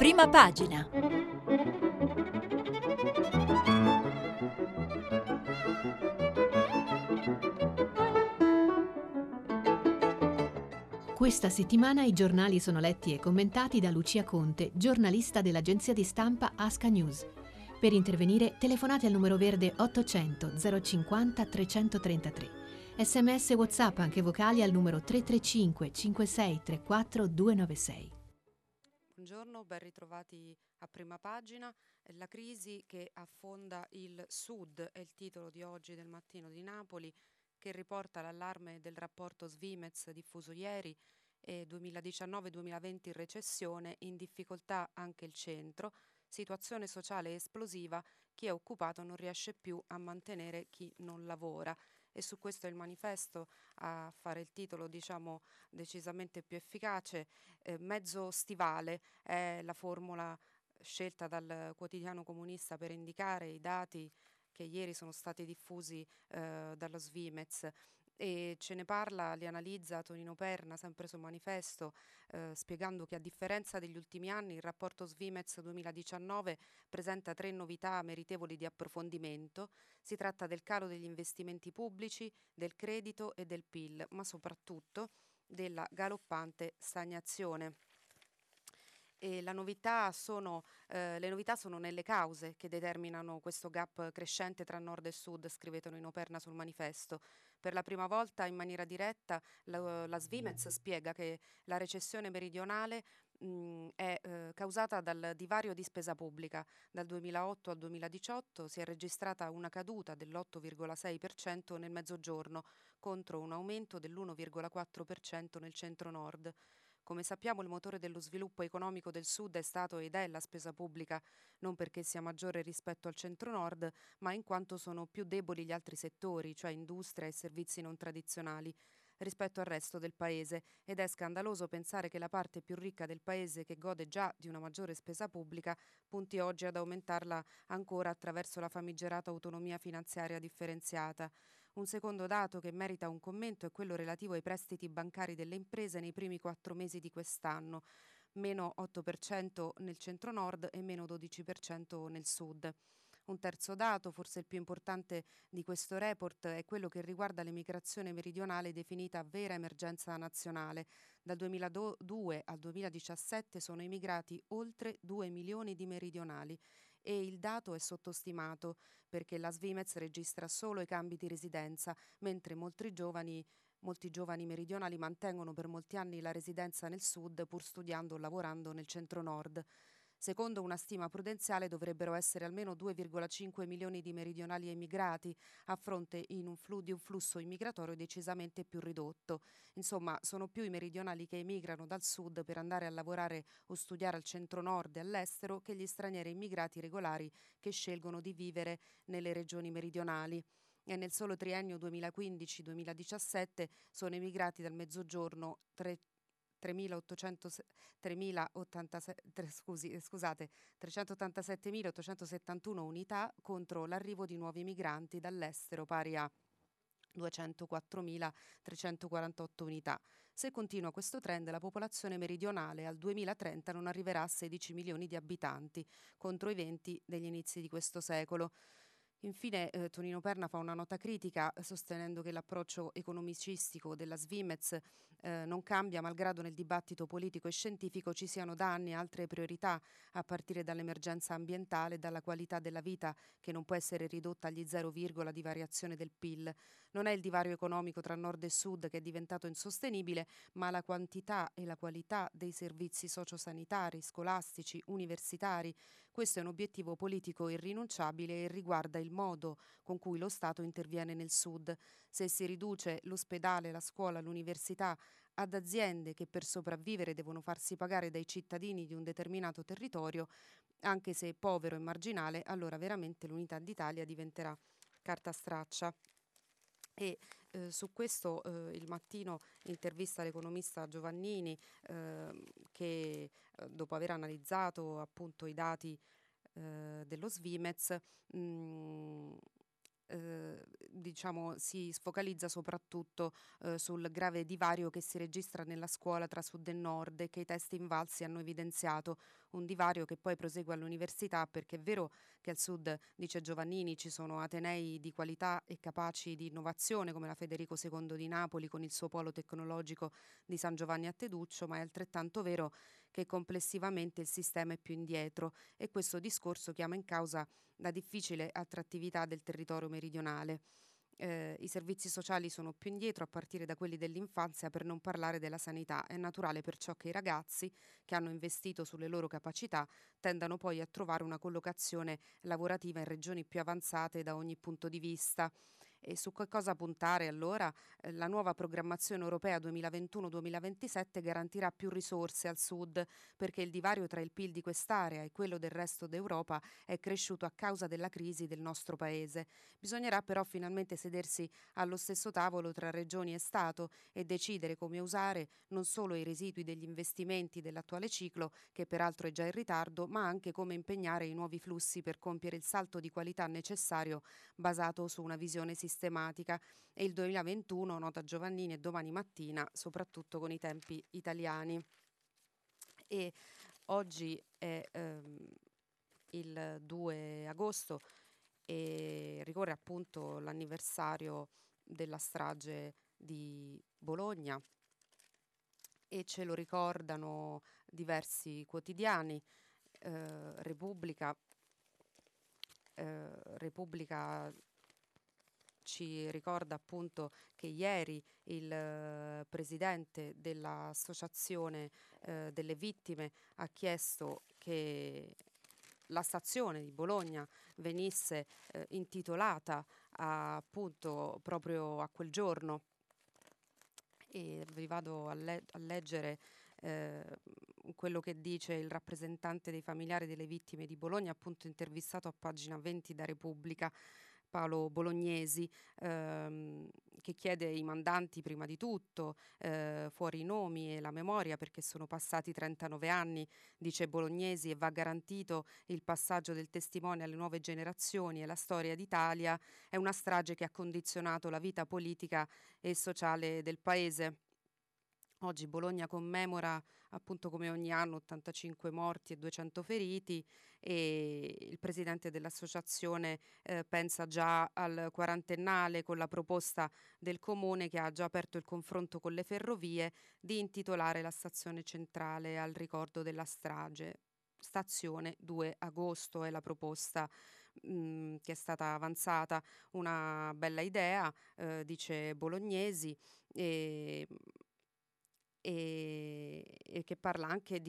Prima pagina. Questa settimana i giornali sono letti e commentati da Lucia Conte, giornalista dell'agenzia di stampa Asca News. Per intervenire telefonate al numero verde 800 050 333. SMS WhatsApp anche vocali al numero 335 5634 296. Buongiorno, ben ritrovati a Prima Pagina. La crisi che affonda il Sud è il titolo di oggi del Mattino di Napoli, che riporta l'allarme del rapporto Svimez diffuso ieri e 2019-2020 in recessione, in difficoltà anche il centro, situazione sociale esplosiva, chi è occupato non riesce più a mantenere chi non lavora. E su questo è il manifesto a fare il titolo, diciamo, decisamente più efficace. Mezzo stivale è la formula scelta dal quotidiano comunista per indicare i dati che ieri sono stati diffusi dallo Svimez, e ce ne parla, li analizza Tonino Perna sempre sul manifesto, spiegando che a differenza degli ultimi anni il rapporto Svimez 2019 presenta 3 novità meritevoli di approfondimento. Si tratta del calo degli investimenti pubblici, del credito e del PIL, ma soprattutto della galoppante stagnazione. E le novità sono nelle cause che determinano questo gap crescente tra nord e sud, scrive Tonino Perna sul manifesto. Per la prima volta in maniera diretta la Svimez spiega che la recessione meridionale è causata dal divario di spesa pubblica. Dal 2008 al 2018 si è registrata una caduta dell'8,6% nel mezzogiorno contro un aumento dell'1,4% nel centro-nord. Come sappiamo, il motore dello sviluppo economico del Sud è stato ed è la spesa pubblica, non perché sia maggiore rispetto al centro-nord, ma in quanto sono più deboli gli altri settori, cioè industria e servizi non tradizionali, rispetto al resto del paese, ed è scandaloso pensare che la parte più ricca del paese, che gode già di una maggiore spesa pubblica, punti oggi ad aumentarla ancora attraverso la famigerata autonomia finanziaria differenziata. Un secondo dato che merita un commento è quello relativo ai prestiti bancari delle imprese nei primi 4 mesi di quest'anno, meno 8% nel centro-nord e meno 12% nel sud. Un terzo dato, forse il più importante di questo report, è quello che riguarda l'emigrazione meridionale definita vera emergenza nazionale. Dal 2002 al 2017 sono emigrati oltre 2 milioni di meridionali e il dato è sottostimato perché la Svimez registra solo i cambi di residenza, mentre molti giovani meridionali mantengono per molti anni la residenza nel sud pur studiando o lavorando nel centro-nord. Secondo una stima prudenziale dovrebbero essere almeno 2,5 milioni di meridionali emigrati a fronte di un flusso immigratorio decisamente più ridotto. Insomma, sono più i meridionali che emigrano dal sud per andare a lavorare o studiare al centro-nord e all'estero che gli stranieri immigrati regolari che scelgono di vivere nelle regioni meridionali. E nel solo triennio 2015-2017 sono emigrati dal mezzogiorno 387.871 unità contro l'arrivo di nuovi migranti dall'estero pari a 204.348 unità. Se continua questo trend, la popolazione meridionale al 2030 non arriverà a 16 milioni di abitanti, contro i 20 degli inizi di questo secolo. Infine, Tonino Perna fa una nota critica sostenendo che l'approccio economicistico della Svimez non cambia, malgrado nel dibattito politico e scientifico ci siano da anni altre priorità, a partire dall'emergenza ambientale e dalla qualità della vita che non può essere ridotta agli 0, di variazione del PIL. Non è il divario economico tra nord e sud che è diventato insostenibile, ma la quantità e la qualità dei servizi sociosanitari, scolastici, universitari. Questo è un obiettivo politico irrinunciabile e riguarda il modo con cui lo Stato interviene nel Sud. Se si riduce l'ospedale, la scuola, l'università ad aziende che per sopravvivere devono farsi pagare dai cittadini di un determinato territorio, anche se povero e marginale, allora veramente l'unità d'Italia diventerà carta straccia. E su questo il Mattino intervista l'economista Giovannini, che dopo aver analizzato appunto i dati dello Svimez, si sfocalizza soprattutto sul grave divario che si registra nella scuola tra sud e nord e che i test invalsi hanno evidenziato, un divario che poi prosegue all'università, perché è vero che al sud, dice Giovannini, ci sono atenei di qualità e capaci di innovazione come la Federico II di Napoli con il suo polo tecnologico di San Giovanni a Teduccio, ma è altrettanto vero che complessivamente il sistema è più indietro, e questo discorso chiama in causa la difficile attrattività del territorio meridionale. I servizi sociali sono più indietro, a partire da quelli dell'infanzia, per non parlare della sanità. È naturale perciò che i ragazzi che hanno investito sulle loro capacità tendano poi a trovare una collocazione lavorativa in regioni più avanzate da ogni punto di vista. E su che cosa puntare allora? La nuova programmazione europea 2021-2027 garantirà più risorse al sud, perché il divario tra il PIL di quest'area e quello del resto d'Europa è cresciuto a causa della crisi del nostro paese. Bisognerà però finalmente sedersi allo stesso tavolo tra regioni e Stato e decidere come usare non solo i residui degli investimenti dell'attuale ciclo, che peraltro è già in ritardo, ma anche come impegnare i nuovi flussi per compiere il salto di qualità necessario, basato su una visione sistematica. E il 2021, nota Giovannini, e domani mattina, soprattutto con i tempi italiani. E oggi è il 2 agosto e ricorre appunto l'anniversario della strage di Bologna, e ce lo ricordano diversi quotidiani. Repubblica ci ricorda appunto che ieri il presidente dell'associazione delle vittime ha chiesto che la stazione di Bologna venisse intitolata appunto proprio a quel giorno. E vi vado a leggere quello che dice il rappresentante dei familiari delle vittime di Bologna, appunto intervistato a pagina 20 da Repubblica, Paolo Bolognesi, che chiede ai mandanti prima di tutto fuori i nomi e la memoria, perché sono passati 39 anni, dice Bolognesi, e va garantito il passaggio del testimone alle nuove generazioni, e la storia d'Italia è una strage che ha condizionato la vita politica e sociale del paese. Oggi Bologna commemora, appunto come ogni anno, 85 morti e 200 feriti, e il presidente dell'associazione pensa già al quarantennale, con la proposta del comune, che ha già aperto il confronto con le ferrovie, di intitolare la stazione centrale al ricordo della strage. Stazione 2 agosto è la proposta che è stata avanzata. Una bella idea, dice Bolognesi, e e che parla anche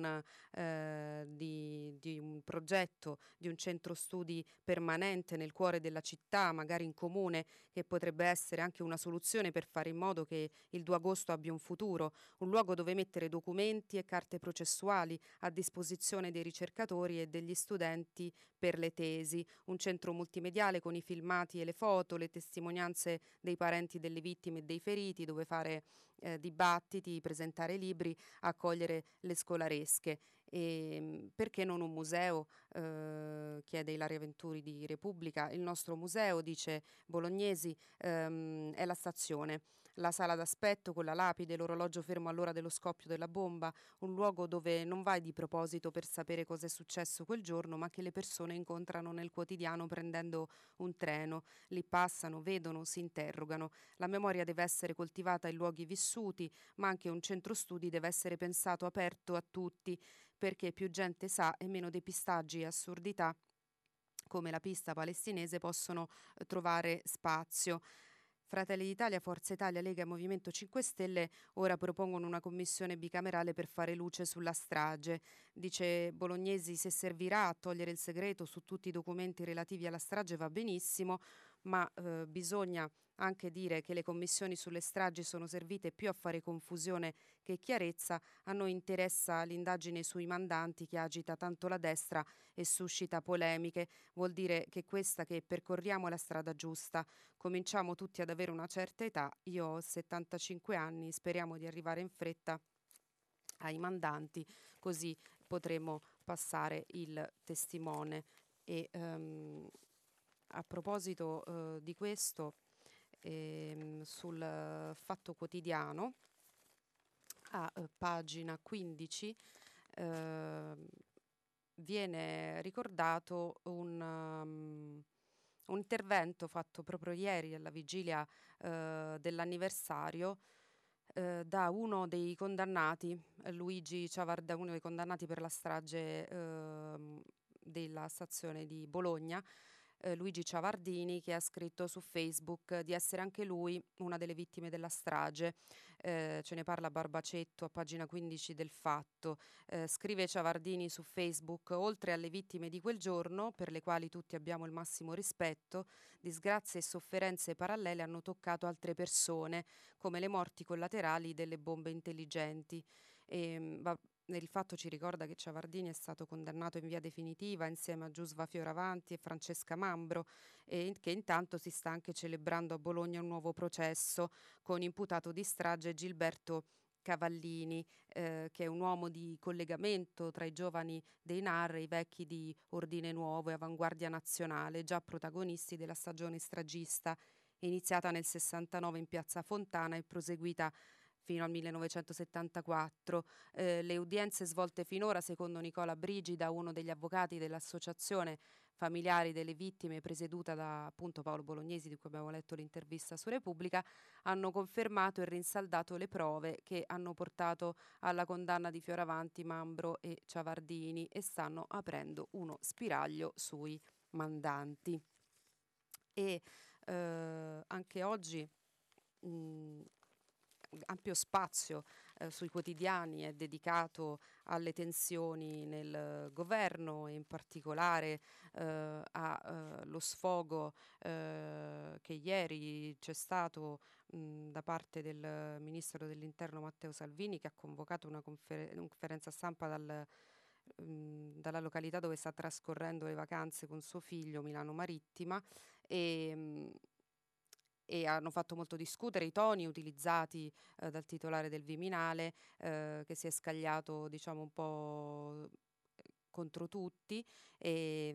di un progetto, di un centro studi permanente nel cuore della città, magari in comune, che potrebbe essere anche una soluzione per fare in modo che il 2 agosto abbia un futuro, un luogo dove mettere documenti e carte processuali a disposizione dei ricercatori e degli studenti per le tesi, un centro multimediale con i filmati e le foto, le testimonianze dei parenti delle vittime e dei feriti, dove fare dibattiti, presentare libri, accogliere le scolaresche. E perché non un museo? Chiede Ilaria Venturi di Repubblica. Il nostro museo, dice Bolognesi, è la stazione. La sala d'aspetto con la lapide, l'orologio fermo all'ora dello scoppio della bomba, un luogo dove non vai di proposito per sapere cosa è successo quel giorno, ma che le persone incontrano nel quotidiano prendendo un treno. Lì passano, vedono, si interrogano. La memoria deve essere coltivata in luoghi vissuti, ma anche un centro studi deve essere pensato aperto a tutti, perché più gente sa e meno depistaggi e assurdità come la pista palestinese possono trovare spazio. Fratelli d'Italia, Forza Italia, Lega e Movimento 5 Stelle ora propongono una commissione bicamerale per fare luce sulla strage. Dice Bolognesi, se servirà a togliere il segreto su tutti i documenti relativi alla strage va benissimo, ma bisogna anche dire che le commissioni sulle stragi sono servite più a fare confusione che chiarezza. A noi interessa l'indagine sui mandanti, che agita tanto la destra e suscita polemiche. Vuol dire che questa che percorriamo è la strada giusta. Cominciamo tutti ad avere una certa età, io ho 75 anni, speriamo di arrivare in fretta ai mandanti, così potremo passare il testimone. E A proposito di questo, sul Fatto Quotidiano, a pagina 15, ehm, viene ricordato un intervento fatto proprio ieri alla vigilia dell'anniversario da uno dei condannati, Luigi Ciavarda, uno dei condannati per la strage della stazione di Bologna, Luigi Ciavardini, che ha scritto su Facebook di essere anche lui una delle vittime della strage. Ce ne parla Barbacetto a pagina 15 del Fatto. Scrive Ciavardini su Facebook: oltre alle vittime di quel giorno, per le quali tutti abbiamo il massimo rispetto, disgrazie e sofferenze parallele hanno toccato altre persone, come le morti collaterali delle bombe intelligenti. Il fatto ci ricorda che Ciavardini è stato condannato in via definitiva insieme a Giusva Fioravanti e Francesca Mambro, e che intanto si sta anche celebrando a Bologna un nuovo processo con imputato di strage Gilberto Cavallini, che è un uomo di collegamento tra i giovani dei NAR e i vecchi di Ordine Nuovo e Avanguardia Nazionale, già protagonisti della stagione stragista iniziata nel 69 in Piazza Fontana e proseguita fino al 1974. Le udienze svolte finora, secondo Nicola Brigida, uno degli avvocati dell'associazione familiari delle vittime presieduta da appunto Paolo Bolognesi, di cui abbiamo letto l'intervista su Repubblica, hanno confermato e rinsaldato le prove che hanno portato alla condanna di Fioravanti, Mambro e Ciavardini, e stanno aprendo uno spiraglio sui mandanti. E anche oggi ampio spazio sui quotidiani è dedicato alle tensioni nel governo, e in particolare allo sfogo che ieri c'è stato da parte del ministro dell'Interno Matteo Salvini, che ha convocato una conferenza stampa dalla località dove sta trascorrendo le vacanze con suo figlio, Milano Marittima, e, e hanno fatto molto discutere i toni utilizzati dal titolare del Viminale, che si è scagliato, diciamo, un po' contro tutti, e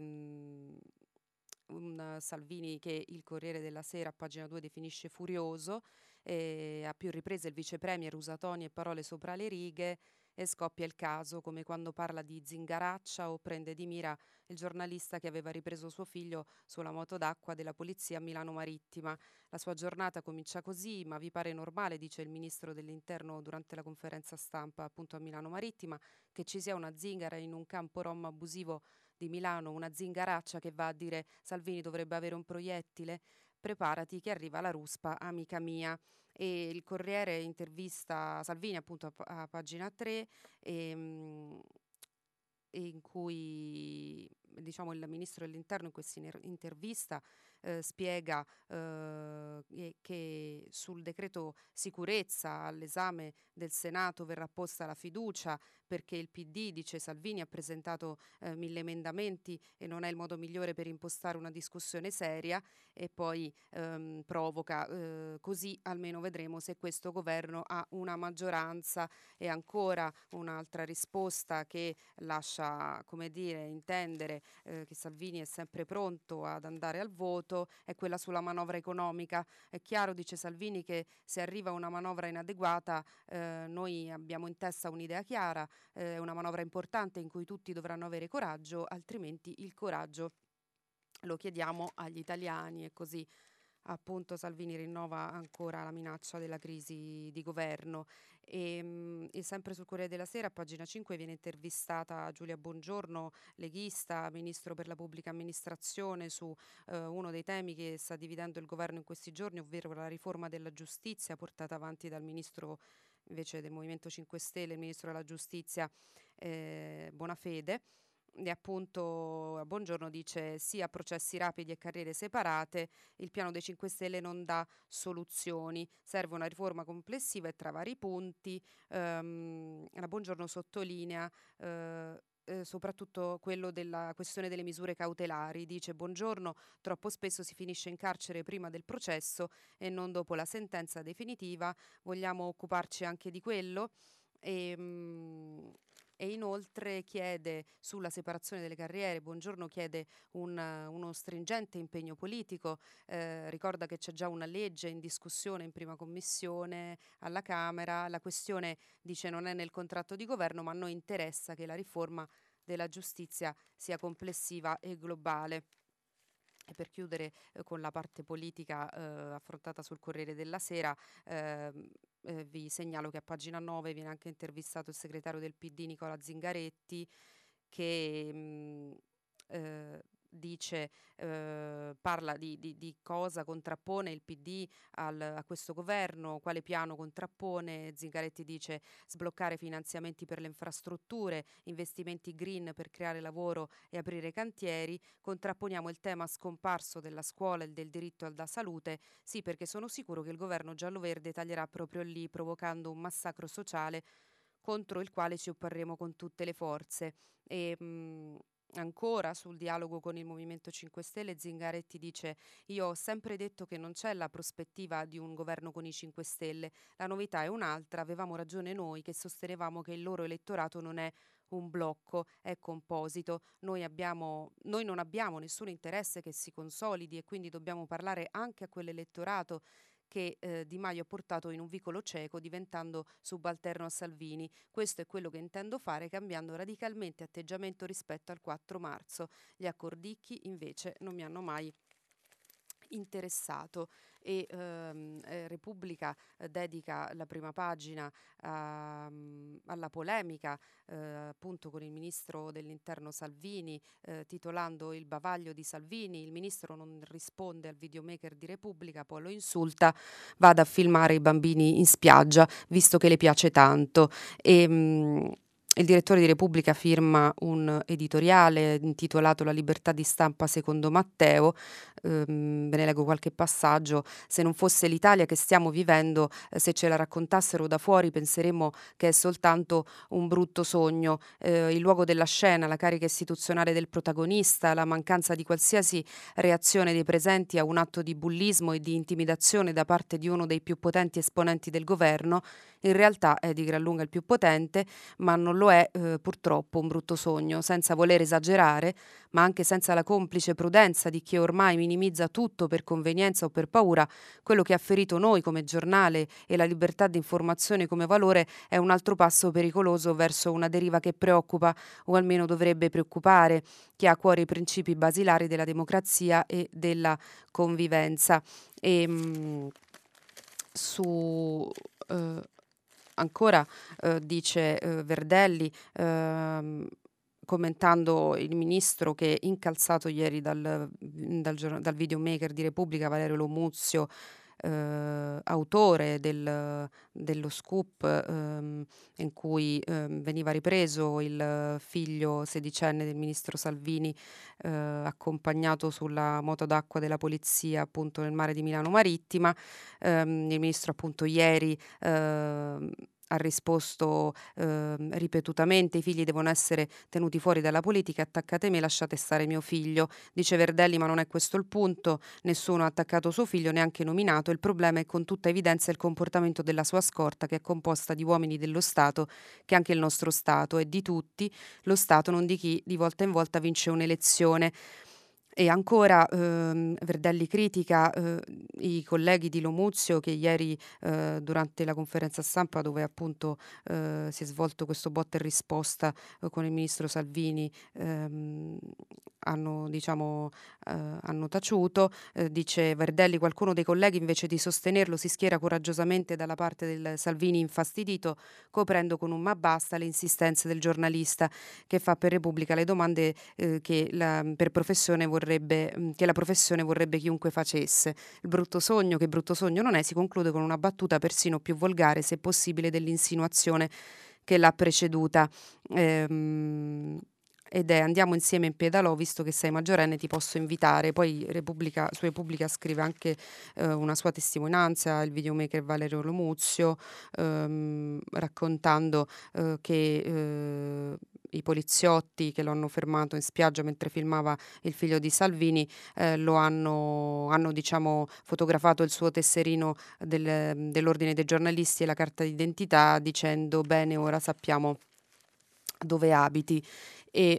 un Salvini che il Corriere della Sera a pagina 2 definisce furioso, e a più riprese il vice premier usa toni e parole sopra le righe, e scoppia il caso, come quando parla di Zingaraccia o prende di mira il giornalista che aveva ripreso suo figlio sulla moto d'acqua della polizia a Milano Marittima. La sua giornata comincia così: ma vi pare normale, dice il ministro dell'Interno durante la conferenza stampa appunto a Milano Marittima, che ci sia una zingara in un campo rom abusivo di Milano, una zingaraccia che va a dire Salvini dovrebbe avere un proiettile? Preparati che arriva la ruspa, amica mia. E il Corriere intervista Salvini appunto a pagina 3, e in cui, diciamo, il ministro dell'Interno in questa intervista spiega che sul decreto sicurezza all'esame del Senato verrà posta la fiducia perché il PD, dice Salvini, ha presentato 1000 emendamenti e non è il modo migliore per impostare una discussione seria, e poi provoca così almeno vedremo se questo governo ha una maggioranza. E ancora un'altra risposta che lascia, come dire, intendere che Salvini è sempre pronto ad andare al voto, è quella sulla manovra economica. È chiaro, dice Salvini, che se arriva una manovra inadeguata noi abbiamo in testa un'idea chiara, una manovra importante in cui tutti dovranno avere coraggio, altrimenti il coraggio lo chiediamo agli italiani. E così appunto Salvini rinnova ancora la minaccia della crisi di governo. E sempre sul Corriere della Sera a pagina 5 viene intervistata Giulia Bongiorno, leghista, ministro per la pubblica amministrazione, su uno dei temi che sta dividendo il governo in questi giorni, ovvero la riforma della giustizia portata avanti dal ministro invece del Movimento 5 Stelle, il ministro della giustizia Bonafede. E appunto a Bongiorno dice sì a processi rapidi e carriere separate, il piano dei 5 Stelle non dà soluzioni, serve una riforma complessiva e tra vari punti. La Bongiorno sottolinea soprattutto quello della questione delle misure cautelari. Dice Bongiorno: troppo spesso si finisce in carcere prima del processo e non dopo la sentenza definitiva, vogliamo occuparci anche di quello. E inoltre chiede sulla separazione delle carriere, Buongiorno chiede uno stringente impegno politico, ricorda che c'è già una legge in discussione in prima commissione alla Camera, la questione dice non è nel contratto di governo, ma a noi interessa che la riforma della giustizia sia complessiva e globale. E per chiudere con la parte politica affrontata sul Corriere della Sera, vi segnalo che a pagina 9 viene anche intervistato il segretario del PD Nicola Zingaretti che dice, parla di cosa contrappone il PD a questo governo, quale piano contrappone. Zingaretti dice sbloccare finanziamenti per le infrastrutture, investimenti green per creare lavoro e aprire cantieri. Contrapponiamo il tema scomparso della scuola e del diritto alla salute, sì, perché sono sicuro che il governo giallo-verde taglierà proprio lì, provocando un massacro sociale contro il quale ci opporremo con tutte le forze. E, ancora sul dialogo con il Movimento 5 Stelle, Zingaretti dice: io ho sempre detto che non c'è la prospettiva di un governo con i 5 Stelle, la novità è un'altra, avevamo ragione noi che sostenevamo che il loro elettorato non è un blocco, è composito, noi non abbiamo nessun interesse che si consolidi e quindi dobbiamo parlare anche a quell'elettorato che Di Maio ha portato in un vicolo cieco diventando subalterno a Salvini. Questo è quello che intendo fare cambiando radicalmente atteggiamento rispetto al 4 marzo. Gli accordicchi invece non mi hanno mai interessato e Repubblica dedica la prima pagina alla polemica appunto con il ministro dell'interno Salvini, titolando il bavaglio di Salvini, il ministro non risponde al videomaker di Repubblica, poi lo insulta, vada a filmare i bambini in spiaggia visto che le piace tanto e il direttore di Repubblica firma un editoriale intitolato La libertà di stampa secondo Matteo. Ve ne leggo qualche passaggio. Se non fosse l'Italia che stiamo vivendo, se ce la raccontassero da fuori penseremmo che è soltanto un brutto sogno. Il luogo della scena, la carica istituzionale del protagonista, la mancanza di qualsiasi reazione dei presenti a un atto di bullismo e di intimidazione da parte di uno dei più potenti esponenti del governo, in realtà è di gran lunga il più potente, ma non lo è purtroppo un brutto sogno, senza voler esagerare, ma anche senza la complice prudenza di chi ormai minimizza tutto per convenienza o per paura. Quello che ha ferito noi come giornale e la libertà di informazione come valore è un altro passo pericoloso verso una deriva che preoccupa o almeno dovrebbe preoccupare chi ha a cuore i principi basilari della democrazia e della convivenza. E, su ancora dice Verdelli, commentando il ministro che incalzato ieri dal videomaker di Repubblica, Valerio Lomuzio, autore dello scoop in cui veniva ripreso il figlio sedicenne del ministro Salvini accompagnato sulla moto d'acqua della polizia appunto nel mare di Milano Marittima. Il ministro appunto ieri ha risposto ripetutamente: i figli devono essere tenuti fuori dalla politica, attaccatemi, lasciate stare mio figlio. Dice Verdelli, ma non è questo il punto, nessuno ha attaccato suo figlio, neanche nominato, il problema è con tutta evidenza il comportamento della sua scorta, che è composta di uomini dello Stato, che è anche il nostro Stato, e di tutti lo Stato, non di chi di volta in volta vince un'elezione. E ancora Verdelli critica i colleghi di Lomuzio che ieri durante la conferenza stampa dove appunto si è svolto questo botta e risposta con il ministro Salvini hanno taciuto. Dice Verdelli: qualcuno dei colleghi invece di sostenerlo si schiera coraggiosamente dalla parte del Salvini infastidito, coprendo con un ma basta le insistenze del giornalista che fa per Repubblica le domande che la professione vorrebbe chiunque facesse. Il brutto sogno, che brutto sogno non è, si conclude con una battuta persino più volgare, se possibile, dell'insinuazione che l'ha preceduta. Ed è andiamo insieme in pedalò, visto che sei maggiorenne ti posso invitare. Poi su Repubblica scrive anche una sua testimonianza, il videomaker Valerio Lomuzio, raccontando che i poliziotti che lo hanno fermato in spiaggia mentre filmava il figlio di Salvini hanno diciamo fotografato il suo tesserino dell'ordine dei giornalisti e la carta d'identità dicendo: bene, ora sappiamo dove abiti. E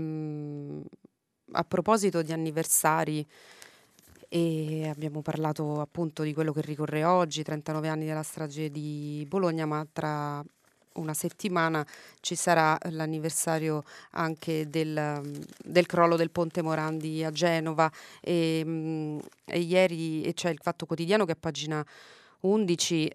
a proposito di anniversari, e abbiamo parlato appunto di quello che ricorre oggi, 39 anni della strage di Bologna, ma tra una settimana ci sarà l'anniversario anche del crollo del Ponte Morandi a Genova, e ieri c'è il Fatto Quotidiano che a pagina 11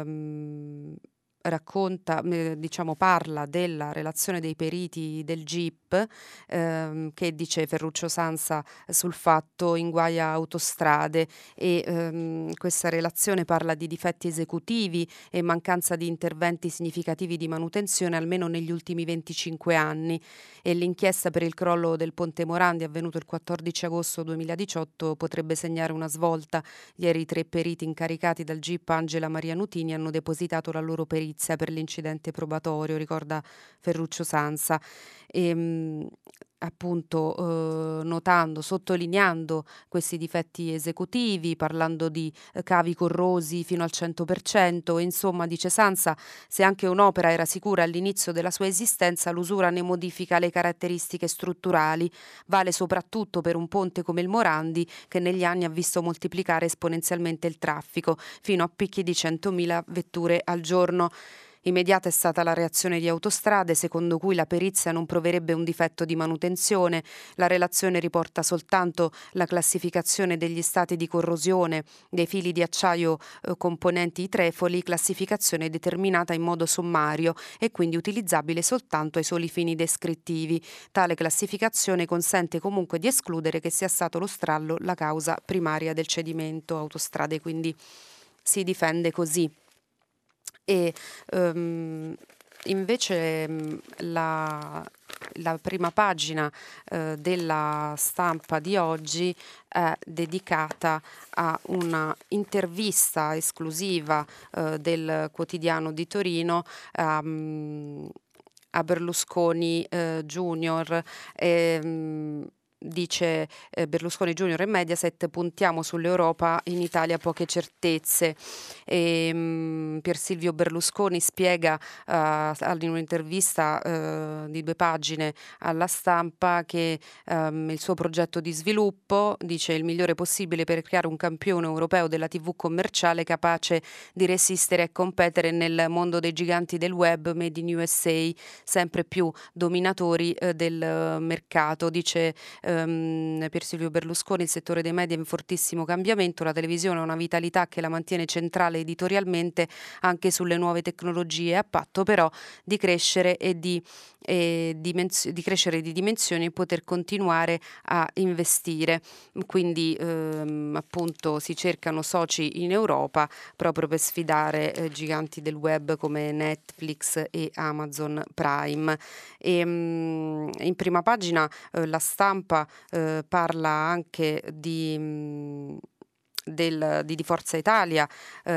racconta, diciamo, parla della relazione dei periti del GIP, che dice Ferruccio Sansa sul fatto inguaia autostrade, e questa relazione parla di difetti esecutivi e mancanza di interventi significativi di manutenzione almeno negli ultimi 25 anni, e l'inchiesta per il crollo del Ponte Morandi avvenuto il 14 agosto 2018 potrebbe segnare una svolta. Ieri i 3 periti incaricati dal GIP Angela Maria Nutini hanno depositato la loro perizia per l'incidente probatorio, ricorda Ferruccio Sansa. E, appunto, notando, sottolineando questi difetti esecutivi, parlando di cavi corrosi fino al 100%, e insomma, dice Sansa, se anche un'opera era sicura all'inizio della sua esistenza, l'usura ne modifica le caratteristiche strutturali. Vale soprattutto per un ponte come il Morandi, che negli anni ha visto moltiplicare esponenzialmente il traffico, fino a picchi di 100.000 vetture al giorno. Immediata è stata la reazione di Autostrade, secondo cui la perizia non proverebbe un difetto di manutenzione. La relazione riporta soltanto la classificazione degli stati di corrosione dei fili di acciaio componenti i trefoli, classificazione determinata in modo sommario e quindi utilizzabile soltanto ai soli fini descrittivi. Tale classificazione consente comunque di escludere che sia stato lo strallo la causa primaria del cedimento. Autostrade quindi si difende così. E invece la prima pagina della Stampa di oggi è dedicata a una intervista esclusiva del quotidiano di Torino a Berlusconi Junior. Dice Berlusconi Junior e Mediaset: puntiamo sull'Europa, in Italia poche certezze. Pier Silvio Berlusconi spiega in un'intervista di 2 pagine alla Stampa che il suo progetto di sviluppo, dice, è il migliore possibile per creare un campione europeo della TV commerciale capace di resistere e competere nel mondo dei giganti del web made in USA, sempre più dominatori del mercato. Dice Pier Silvio Berlusconi: il settore dei media è in fortissimo cambiamento, la televisione ha una vitalità che la mantiene centrale editorialmente anche sulle nuove tecnologie, a patto però di crescere e di dimensioni e poter continuare a investire. Quindi appunto si cercano soci in Europa proprio per sfidare giganti del web come Netflix e Amazon Prime. In prima pagina la Stampa parla anche di Forza Italia.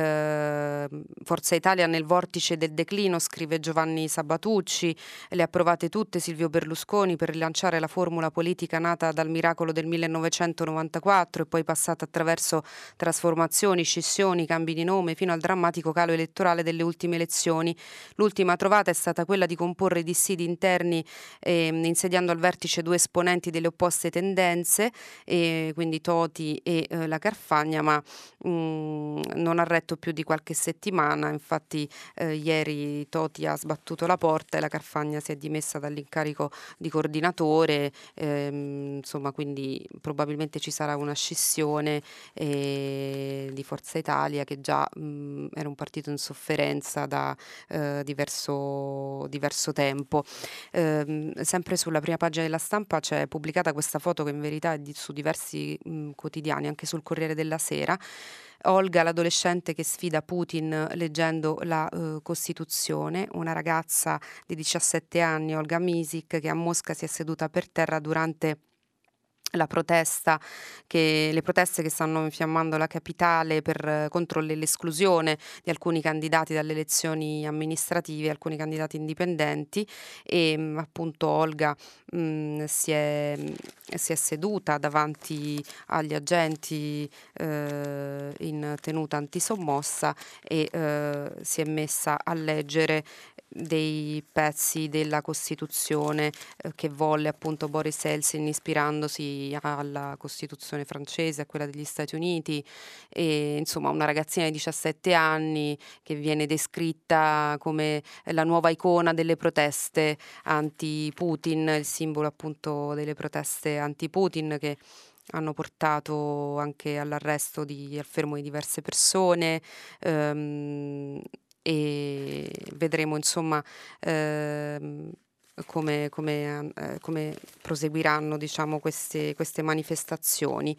Forza Italia nel vortice del declino, scrive Giovanni Sabatucci, le ha provate tutte Silvio Berlusconi per rilanciare la formula politica nata dal miracolo del 1994 e poi passata attraverso trasformazioni, scissioni, cambi di nome fino al drammatico calo elettorale delle ultime elezioni. L'ultima trovata è stata quella di comporre dissidi interni insediando al vertice 2 esponenti delle opposte tendenze, quindi Toti e la Carfagna, ma non ha retto più di qualche settimana. Infatti ieri Toti ha sbattuto la porta e la Carfagna si è dimessa dall'incarico di coordinatore, insomma, quindi probabilmente ci sarà una scissione di Forza Italia, che già era un partito in sofferenza da diverso tempo. Sempre sulla prima pagina della Stampa c'è pubblicata questa foto che in verità è su diversi quotidiani, anche sul Corriere della Sera. Olga, l'adolescente che sfida Putin leggendo la Costituzione, una ragazza di 17 anni, Olga Misik, che a Mosca si è seduta per terra durante le proteste che stanno infiammando la capitale contro l'esclusione di alcuni candidati dalle elezioni amministrative, alcuni candidati indipendenti, e appunto Olga si è seduta davanti agli agenti in tenuta antisommossa e si è messa a leggere dei pezzi della Costituzione che volle appunto Boris Eltsine, ispirandosi alla Costituzione francese, a quella degli Stati Uniti, e insomma una ragazzina di 17 anni che viene descritta come la nuova icona delle proteste anti-Putin, il simbolo appunto delle proteste anti-Putin, che hanno portato anche all'arresto al fermo di diverse persone. E vedremo insomma come proseguiranno, diciamo, queste manifestazioni.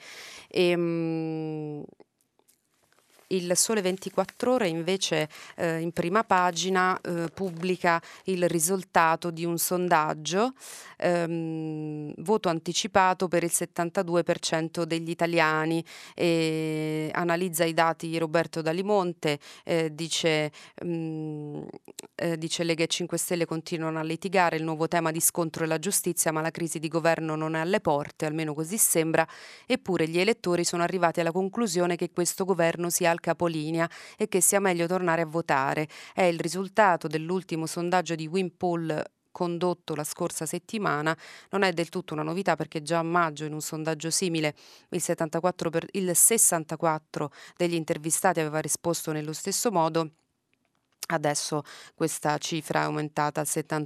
Il Sole 24 Ore invece in prima pagina pubblica il risultato di un sondaggio, voto anticipato per il 72% degli italiani, e analizza i dati Roberto Dalimonte, dice Lega e 5 Stelle continuano a litigare, il nuovo tema di scontro è la giustizia, ma la crisi di governo non è alle porte, almeno così sembra, eppure gli elettori sono arrivati alla conclusione che questo governo sia al capolinea e che sia meglio tornare a votare. È il risultato dell'ultimo sondaggio di Wimpole condotto la scorsa settimana. Non è del tutto una novità, perché già a maggio in un sondaggio simile il 64 degli intervistati aveva risposto nello stesso modo. Adesso questa cifra è aumentata al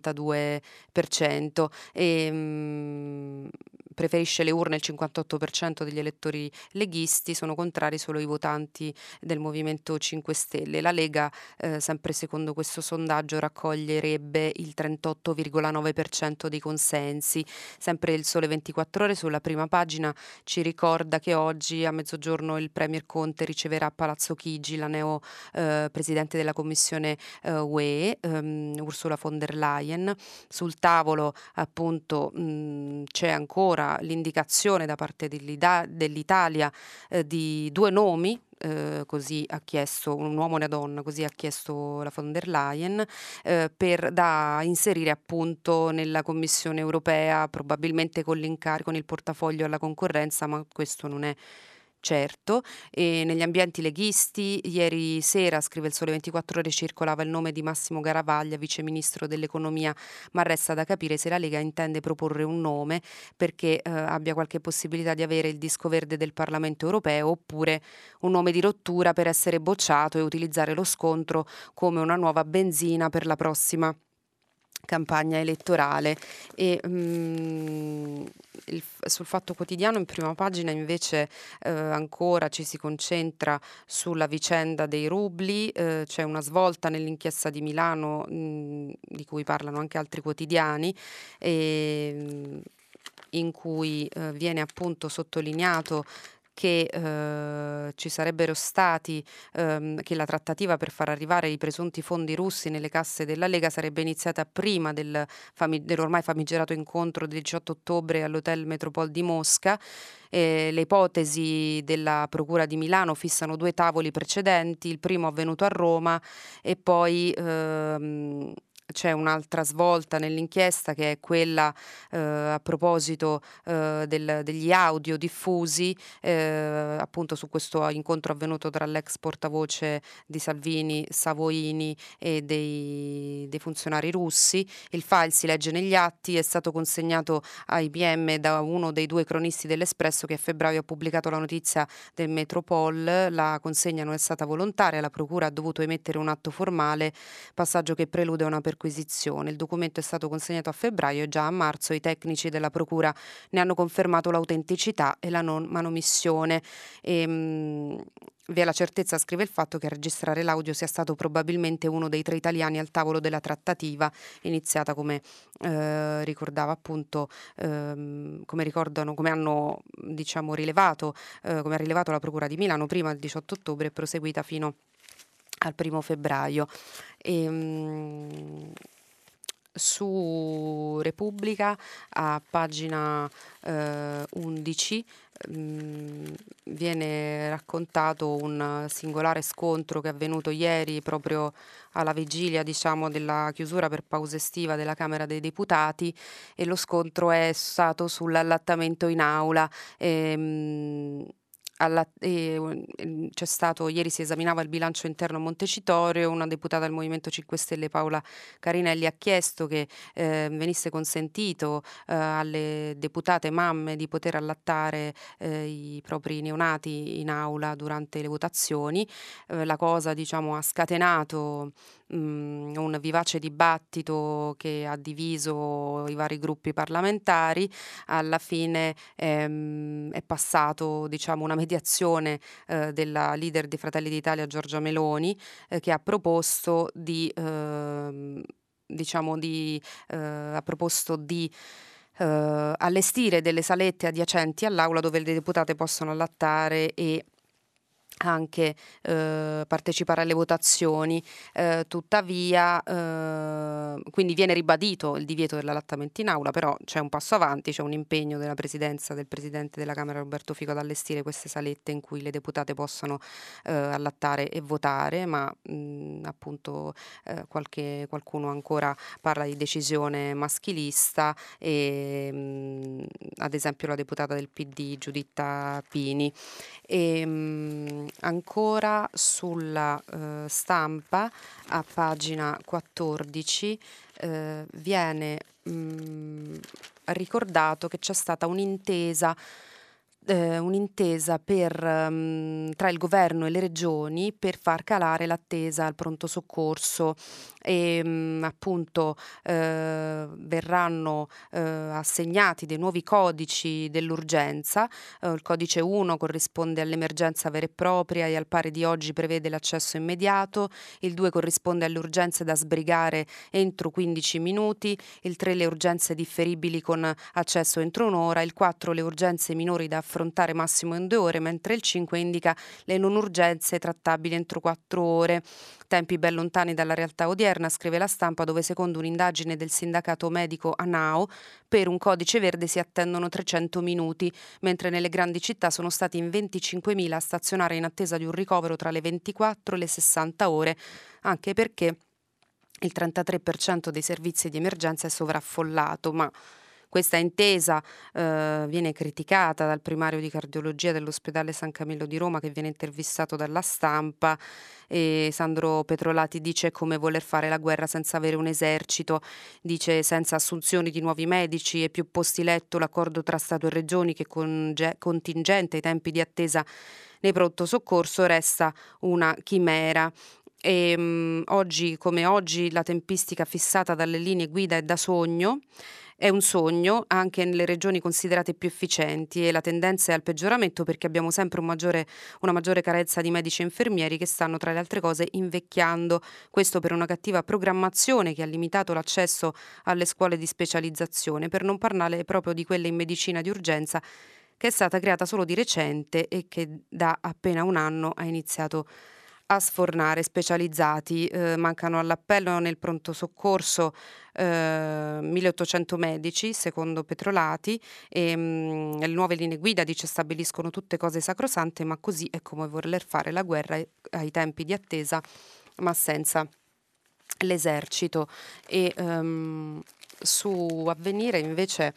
72% e preferisce le urne il 58% degli elettori leghisti, sono contrari solo i votanti del Movimento 5 Stelle. La Lega, sempre secondo questo sondaggio, raccoglierebbe il 38,9% dei consensi. Sempre il Sole 24 Ore sulla prima pagina ci ricorda che oggi a mezzogiorno il Premier Conte riceverà a Palazzo Chigi la neo Presidente della Commissione UE, Ursula von der Leyen. Sul tavolo appunto c'è ancora l'indicazione da parte dell'Italia di due nomi, così ha chiesto un uomo e una donna, così ha chiesto la von der Leyen, da inserire appunto nella Commissione europea, probabilmente con il portafoglio alla concorrenza, ma questo non è certo. E negli ambienti leghisti ieri sera, scrive il Sole 24 Ore, circolava il nome di Massimo Garavaglia, viceministro dell'economia, ma resta da capire se la Lega intende proporre un nome perché abbia qualche possibilità di avere il disco verde del Parlamento europeo, oppure un nome di rottura per essere bocciato e utilizzare lo scontro come una nuova benzina per la prossima campagna elettorale. E sul Fatto Quotidiano in prima pagina invece ancora ci si concentra sulla vicenda dei rubli. C'è una svolta nell'inchiesta di Milano di cui parlano anche altri quotidiani, in cui viene appunto sottolineato che ci sarebbero stati, che la trattativa per far arrivare i presunti fondi russi nelle casse della Lega sarebbe iniziata prima dell'ormai famigerato incontro del 18 ottobre all'Hotel Metropole di Mosca. Le ipotesi della Procura di Milano fissano due tavoli precedenti, il primo avvenuto a Roma e poi c'è un'altra svolta nell'inchiesta, che è quella a proposito degli audio diffusi appunto su questo incontro avvenuto tra l'ex portavoce di Salvini, Savoini, e dei funzionari russi. Il file, si legge negli atti, è stato consegnato ai PM da uno dei due cronisti dell'Espresso, che a febbraio ha pubblicato la notizia del Metropol. La consegna non è stata volontaria, la Procura ha dovuto emettere un atto formale, passaggio che prelude a una perquisizione. Il documento è stato consegnato a febbraio e già a marzo i tecnici della Procura ne hanno confermato l'autenticità e la non manomissione. Vi è la certezza, scrive il Fatto, che a registrare l'audio sia stato probabilmente uno dei 3 italiani al tavolo della trattativa, iniziata, come ricordava appunto, come hanno diciamo rilevato, come ha rilevato la Procura di Milano prima del 18 ottobre e proseguita fino al 1 febbraio. Su Repubblica, a pagina 11, viene raccontato un singolare scontro che è avvenuto ieri proprio alla vigilia, diciamo, della chiusura per pausa estiva della Camera dei Deputati, e lo scontro è stato sull'allattamento in aula. C'è stato, ieri si esaminava il bilancio interno a Montecitorio, una deputata del Movimento 5 Stelle, Paola Carinelli, ha chiesto che venisse consentito alle deputate mamme di poter allattare i propri neonati in aula durante le votazioni. La cosa, diciamo, ha scatenato un vivace dibattito che ha diviso i vari gruppi parlamentari. Alla fine è passato, diciamo, una mediazione della leader dei Fratelli d'Italia Giorgia Meloni, che ha proposto di allestire delle salette adiacenti all'aula dove le deputate possono allattare e anche partecipare alle votazioni. Tuttavia, quindi viene ribadito il divieto dell'allattamento in aula, però c'è un passo avanti, c'è un impegno della presidenza del presidente della Camera Roberto Fico ad allestire queste salette in cui le deputate possono allattare e votare, ma appunto qualcuno ancora parla di decisione maschilista, e ad esempio la deputata del PD Giuditta Pini. Ancora sulla Stampa, a pagina 14, viene ricordato che c'è stata un'intesa tra il governo e le regioni per far calare l'attesa al pronto soccorso, e appunto verranno assegnati dei nuovi codici dell'urgenza. Il codice 1 corrisponde all'emergenza vera e propria e al pari di oggi prevede l'accesso immediato, il 2 corrisponde alle urgenze da sbrigare entro 15 minuti, il 3 le urgenze differibili con accesso entro un'ora, il 4 le urgenze minori da affrontare massimo in 2 ore, mentre il 5 indica le non urgenze trattabili entro 4 ore. Tempi ben lontani dalla realtà odierna, scrive la Stampa, dove secondo un'indagine del sindacato medico ANAO per un codice verde si attendono 300 minuti, mentre nelle grandi città sono stati in 25.000 a stazionare in attesa di un ricovero tra le 24 e le 60 ore, anche perché il 33% dei servizi di emergenza è sovraffollato. Ma questa intesa viene criticata dal primario di cardiologia dell'ospedale San Camillo di Roma, che viene intervistato dalla Stampa, e Sandro Petrolati dice come voler fare la guerra senza avere un esercito, dice senza assunzioni di nuovi medici e più posti letto l'accordo tra Stato e Regioni che contingente i tempi di attesa nei pronto soccorso resta una chimera. Oggi come oggi la tempistica fissata dalle linee guida è da sogno. È un sogno anche nelle regioni considerate più efficienti, e la tendenza è al peggioramento perché abbiamo sempre una maggiore carenza di medici e infermieri che stanno, tra le altre cose, invecchiando. Questo per una cattiva programmazione che ha limitato l'accesso alle scuole di specializzazione, per non parlare proprio di quelle in medicina di urgenza, che è stata creata solo di recente e che da appena un anno ha iniziato a sfornare specializzati. Mancano all'appello nel pronto soccorso 1800 medici, secondo Petrolati, e le nuove linee guida, dice, stabiliscono tutte cose sacrosante, ma così è come voler fare la guerra ai tempi di attesa, ma senza l'esercito. E su Avvenire invece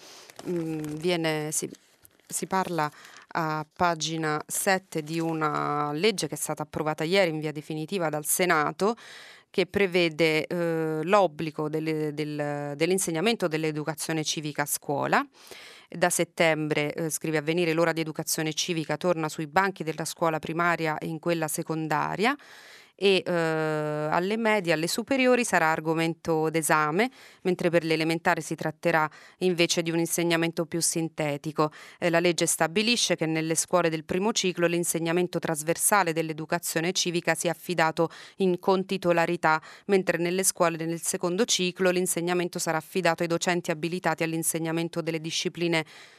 si parla a pagina 7 di una legge che è stata approvata ieri in via definitiva dal Senato, che prevede l'obbligo dell'insegnamento dell'educazione civica a scuola. Da settembre, scrive Avvenire, l'ora di educazione civica torna sui banchi della scuola primaria e in quella secondaria, e alle medie, alle superiori sarà argomento d'esame, mentre per le elementari si tratterà invece di un insegnamento più sintetico. La legge stabilisce che nelle scuole del primo ciclo l'insegnamento trasversale dell'educazione civica sia affidato in contitolarità, mentre nelle scuole del secondo ciclo l'insegnamento sarà affidato ai docenti abilitati all'insegnamento delle discipline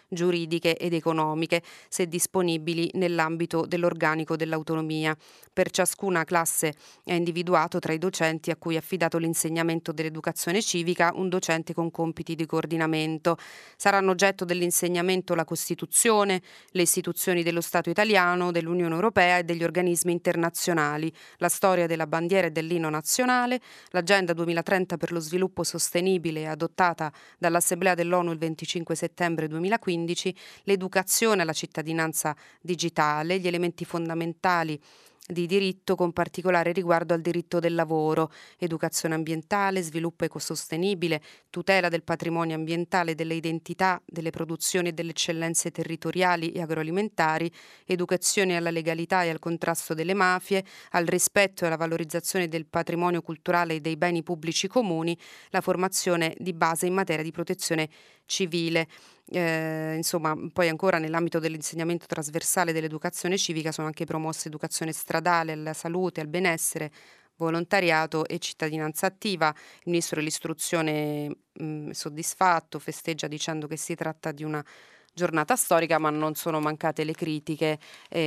giuridiche ed economiche, se disponibili nell'ambito dell'organico dell'autonomia. Per ciascuna classe è individuato tra i docenti a cui è affidato l'insegnamento dell'educazione civica un docente con compiti di coordinamento. Saranno oggetto dell'insegnamento la Costituzione, le istituzioni dello Stato italiano, dell'Unione Europea e degli organismi internazionali, la storia della bandiera e dell'inno nazionale, l'Agenda 2030 per lo sviluppo sostenibile adottata dall'Assemblea dell'ONU il 25 settembre 2015, l'educazione alla cittadinanza digitale, gli elementi fondamentali di diritto con particolare riguardo al diritto del lavoro, educazione ambientale, sviluppo ecosostenibile, tutela del patrimonio ambientale, delle identità, delle produzioni e delle eccellenze territoriali e agroalimentari, educazione alla legalità e al contrasto delle mafie, al rispetto e alla valorizzazione del patrimonio culturale e dei beni pubblici comuni, la formazione di base in materia di protezione civile. Insomma, poi ancora nell'ambito dell'insegnamento trasversale dell'educazione civica sono anche promosse educazione stradale, alla salute, al benessere, volontariato e cittadinanza attiva. Il ministro dell'istruzione soddisfatto festeggia dicendo che si tratta di una giornata storica, ma non sono mancate le critiche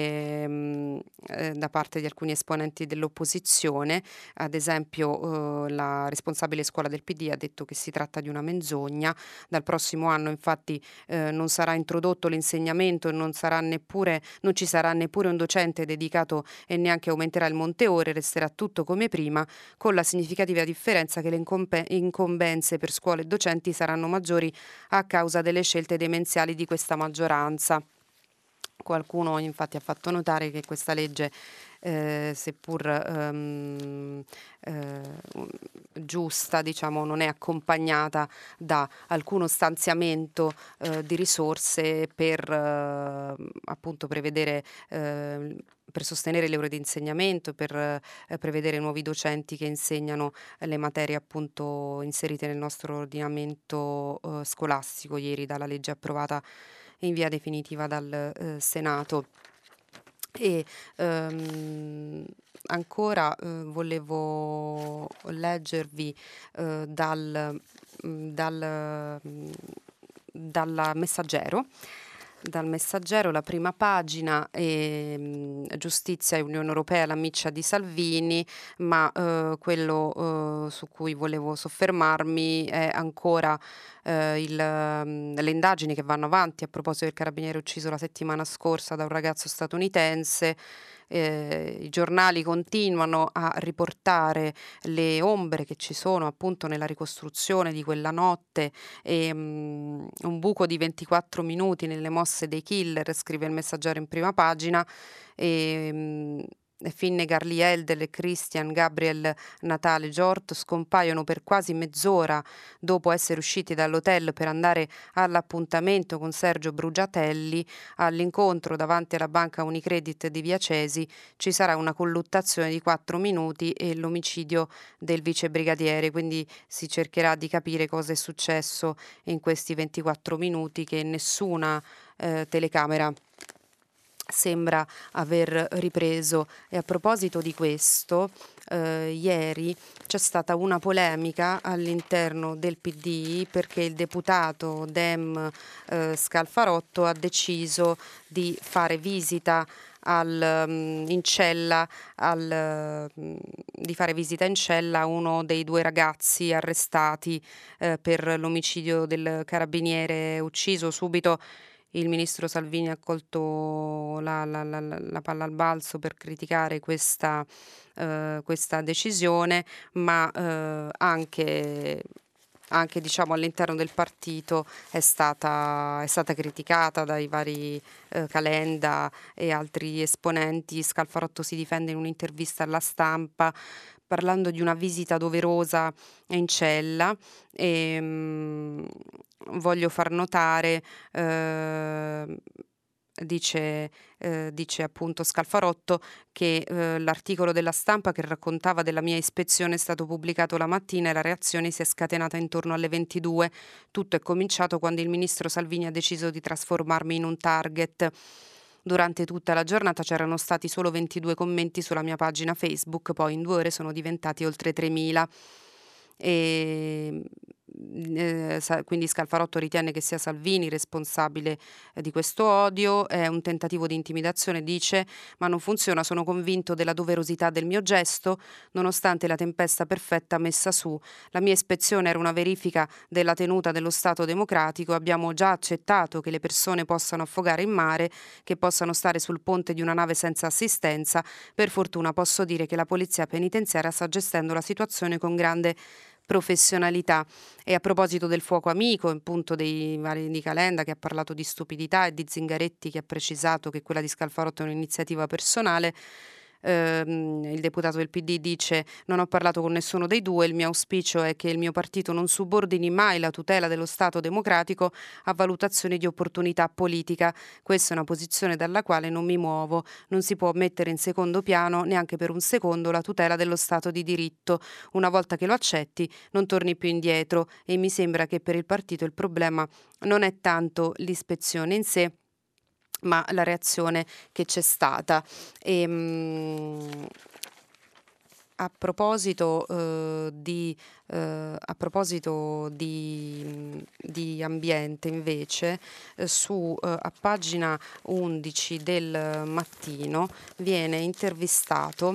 da parte di alcuni esponenti dell'opposizione. Ad esempio la responsabile scuola del PD ha detto che si tratta di una menzogna. Dal prossimo anno infatti non sarà introdotto l'insegnamento e non ci sarà neppure un docente dedicato e neanche aumenterà il monte ore, resterà tutto come prima, con la significativa differenza che le incombenze per scuole e docenti saranno maggiori a causa delle scelte demenziali di questa maggioranza. Qualcuno infatti ha fatto notare che questa legge, seppur giusta, diciamo, non è accompagnata da alcuno stanziamento di risorse per appunto prevedere per sostenere le ore di insegnamento, per prevedere nuovi docenti che insegnano le materie appunto inserite nel nostro ordinamento scolastico ieri dalla legge approvata in via definitiva dal Senato. E ancora volevo leggervi dal Messaggero. Dal Messaggero la prima pagina, giustizia e Unione Europea, la miccia di Salvini, ma quello su cui volevo soffermarmi è ancora le indagini che vanno avanti a proposito del carabiniere ucciso la settimana scorsa da un ragazzo statunitense. I giornali continuano a riportare le ombre che ci sono appunto nella ricostruzione di quella notte e un buco di 24 minuti nelle mosse dei killer, scrive il Messaggero in prima pagina. Finnegan Liesl e Christian Gabriel Natale Jort scompaiono per quasi mezz'ora dopo essere usciti dall'hotel per andare all'appuntamento con Sergio Brugiatelli. All'incontro davanti alla banca Unicredit di Via Cesi ci sarà una colluttazione di 4 minuti e l'omicidio del vicebrigadiere, quindi si cercherà di capire cosa è successo in questi 24 minuti che nessuna telecamera sembra aver ripreso. E a proposito di questo, ieri c'è stata una polemica all'interno del PD perché il deputato Dem Scalfarotto ha deciso di fare visita in cella a uno dei 2 ragazzi arrestati per l'omicidio del carabiniere ucciso. Subito il ministro Salvini ha colto la palla al balzo per criticare questa decisione, ma anche diciamo all'interno del partito è stata criticata dai vari Calenda e altri esponenti. Scalfarotto si difende in un'intervista alla Stampa parlando di una visita doverosa in cella e voglio far notare, dice appunto Scalfarotto che l'articolo della Stampa che raccontava della mia ispezione è stato pubblicato la mattina e la reazione si è scatenata intorno alle 22. Tutto è cominciato quando il ministro Salvini ha deciso di trasformarmi in un target. Durante tutta la giornata c'erano stati solo 22 commenti sulla mia pagina Facebook, poi in 2 ore sono diventati oltre 3.000. E quindi Scalfarotto ritiene che sia Salvini responsabile di questo odio, è un tentativo di intimidazione, dice, ma non funziona, sono convinto della doverosità del mio gesto, nonostante la tempesta perfetta messa su. La mia ispezione era una verifica della tenuta dello Stato democratico, abbiamo già accettato che le persone possano affogare in mare, che possano stare sul ponte di una nave senza assistenza, per fortuna posso dire che la polizia penitenziaria sta gestendo la situazione con grande professionalità. E a proposito del fuoco amico, appunto dei vari di Calenda che ha parlato di stupidità e di Zingaretti che ha precisato che quella di Scalfarotto è un'iniziativa personale, il deputato del PD dice: non ho parlato con nessuno dei due, il mio auspicio è che il mio partito non subordini mai la tutela dello Stato democratico a valutazioni di opportunità politica. Questa è una posizione dalla quale non mi muovo, non si può mettere in secondo piano neanche per un secondo la tutela dello Stato di diritto. Una volta che lo accetti non torni più indietro, e mi sembra che per il partito il problema non è tanto l'ispezione in sé ma la reazione che c'è stata. A proposito di ambiente invece, a pagina 11 del Mattino viene intervistato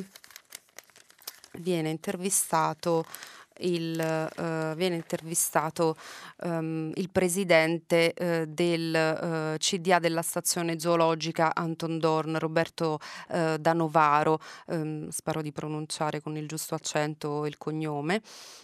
il presidente del CDA della stazione zoologica Anton Dorn, Roberto da Novaro, spero di pronunciare con il giusto accento il cognome,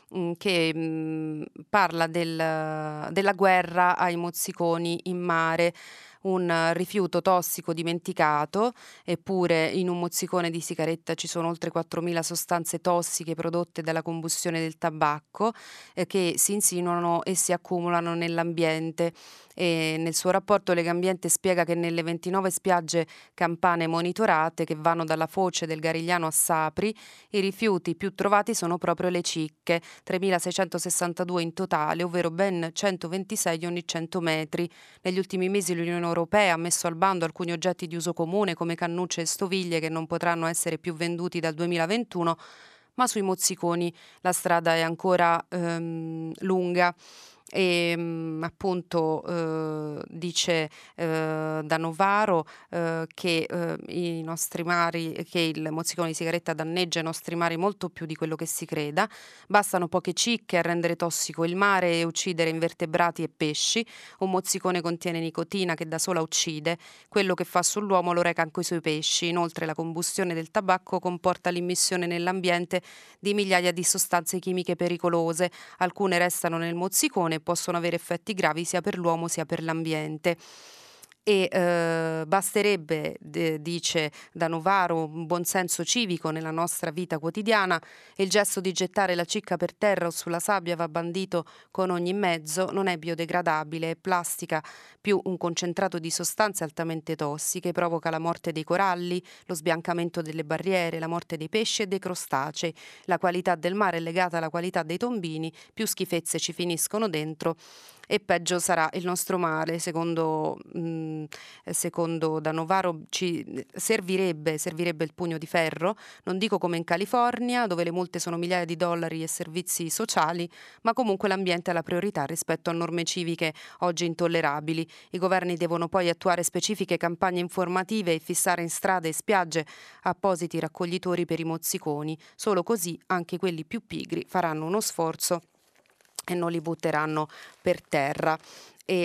che parla della guerra ai mozziconi in mare. Un rifiuto tossico dimenticato, eppure in un mozzicone di sigaretta ci sono oltre 4.000 sostanze tossiche prodotte dalla combustione del tabacco, che si insinuano e si accumulano nell'ambiente. E nel suo rapporto Legambiente spiega che nelle 29 spiagge campane monitorate, che vanno dalla foce del Garigliano a Sapri, i rifiuti più trovati sono proprio le cicche, 3.662 in totale, ovvero ben 126 ogni 100 metri. Negli ultimi mesi l'Unione Europea ha messo al bando alcuni oggetti di uso comune come cannucce e stoviglie che non potranno essere più venduti dal 2021, ma sui mozziconi la strada è ancora lunga. E appunto dice da Novaro che i nostri mari, che il mozzicone di sigaretta danneggia i nostri mari molto più di quello che si creda. Bastano poche cicche a rendere tossico il mare e uccidere invertebrati e pesci. Un mozzicone contiene nicotina che da sola uccide, quello che fa sull'uomo lo reca anche sui pesci. Inoltre la combustione del tabacco comporta l'immissione nell'ambiente di migliaia di sostanze chimiche pericolose, alcune restano nel mozzicone e possono avere effetti gravi sia per l'uomo sia per l'ambiente. E basterebbe, dice da Novaro, un buon senso civico nella nostra vita quotidiana e il gesto di gettare la cicca per terra o sulla sabbia va bandito con ogni mezzo, non è biodegradabile, è plastica più un concentrato di sostanze altamente tossiche, provoca la morte dei coralli, lo sbiancamento delle barriere, la morte dei pesci e dei crostacei. La qualità del mare è legata alla qualità dei tombini, più schifezze ci finiscono dentro e peggio sarà il nostro mare. Secondo da Novaro ci servirebbe il pugno di ferro, non dico come in California dove le multe sono migliaia di dollari e servizi sociali, ma comunque l'ambiente è la priorità rispetto a norme civiche oggi intollerabili. I governi devono poi attuare specifiche campagne informative e fissare in strade e spiagge appositi raccoglitori per i mozziconi. Solo così anche quelli più pigri faranno uno sforzo e non li butteranno per terra. E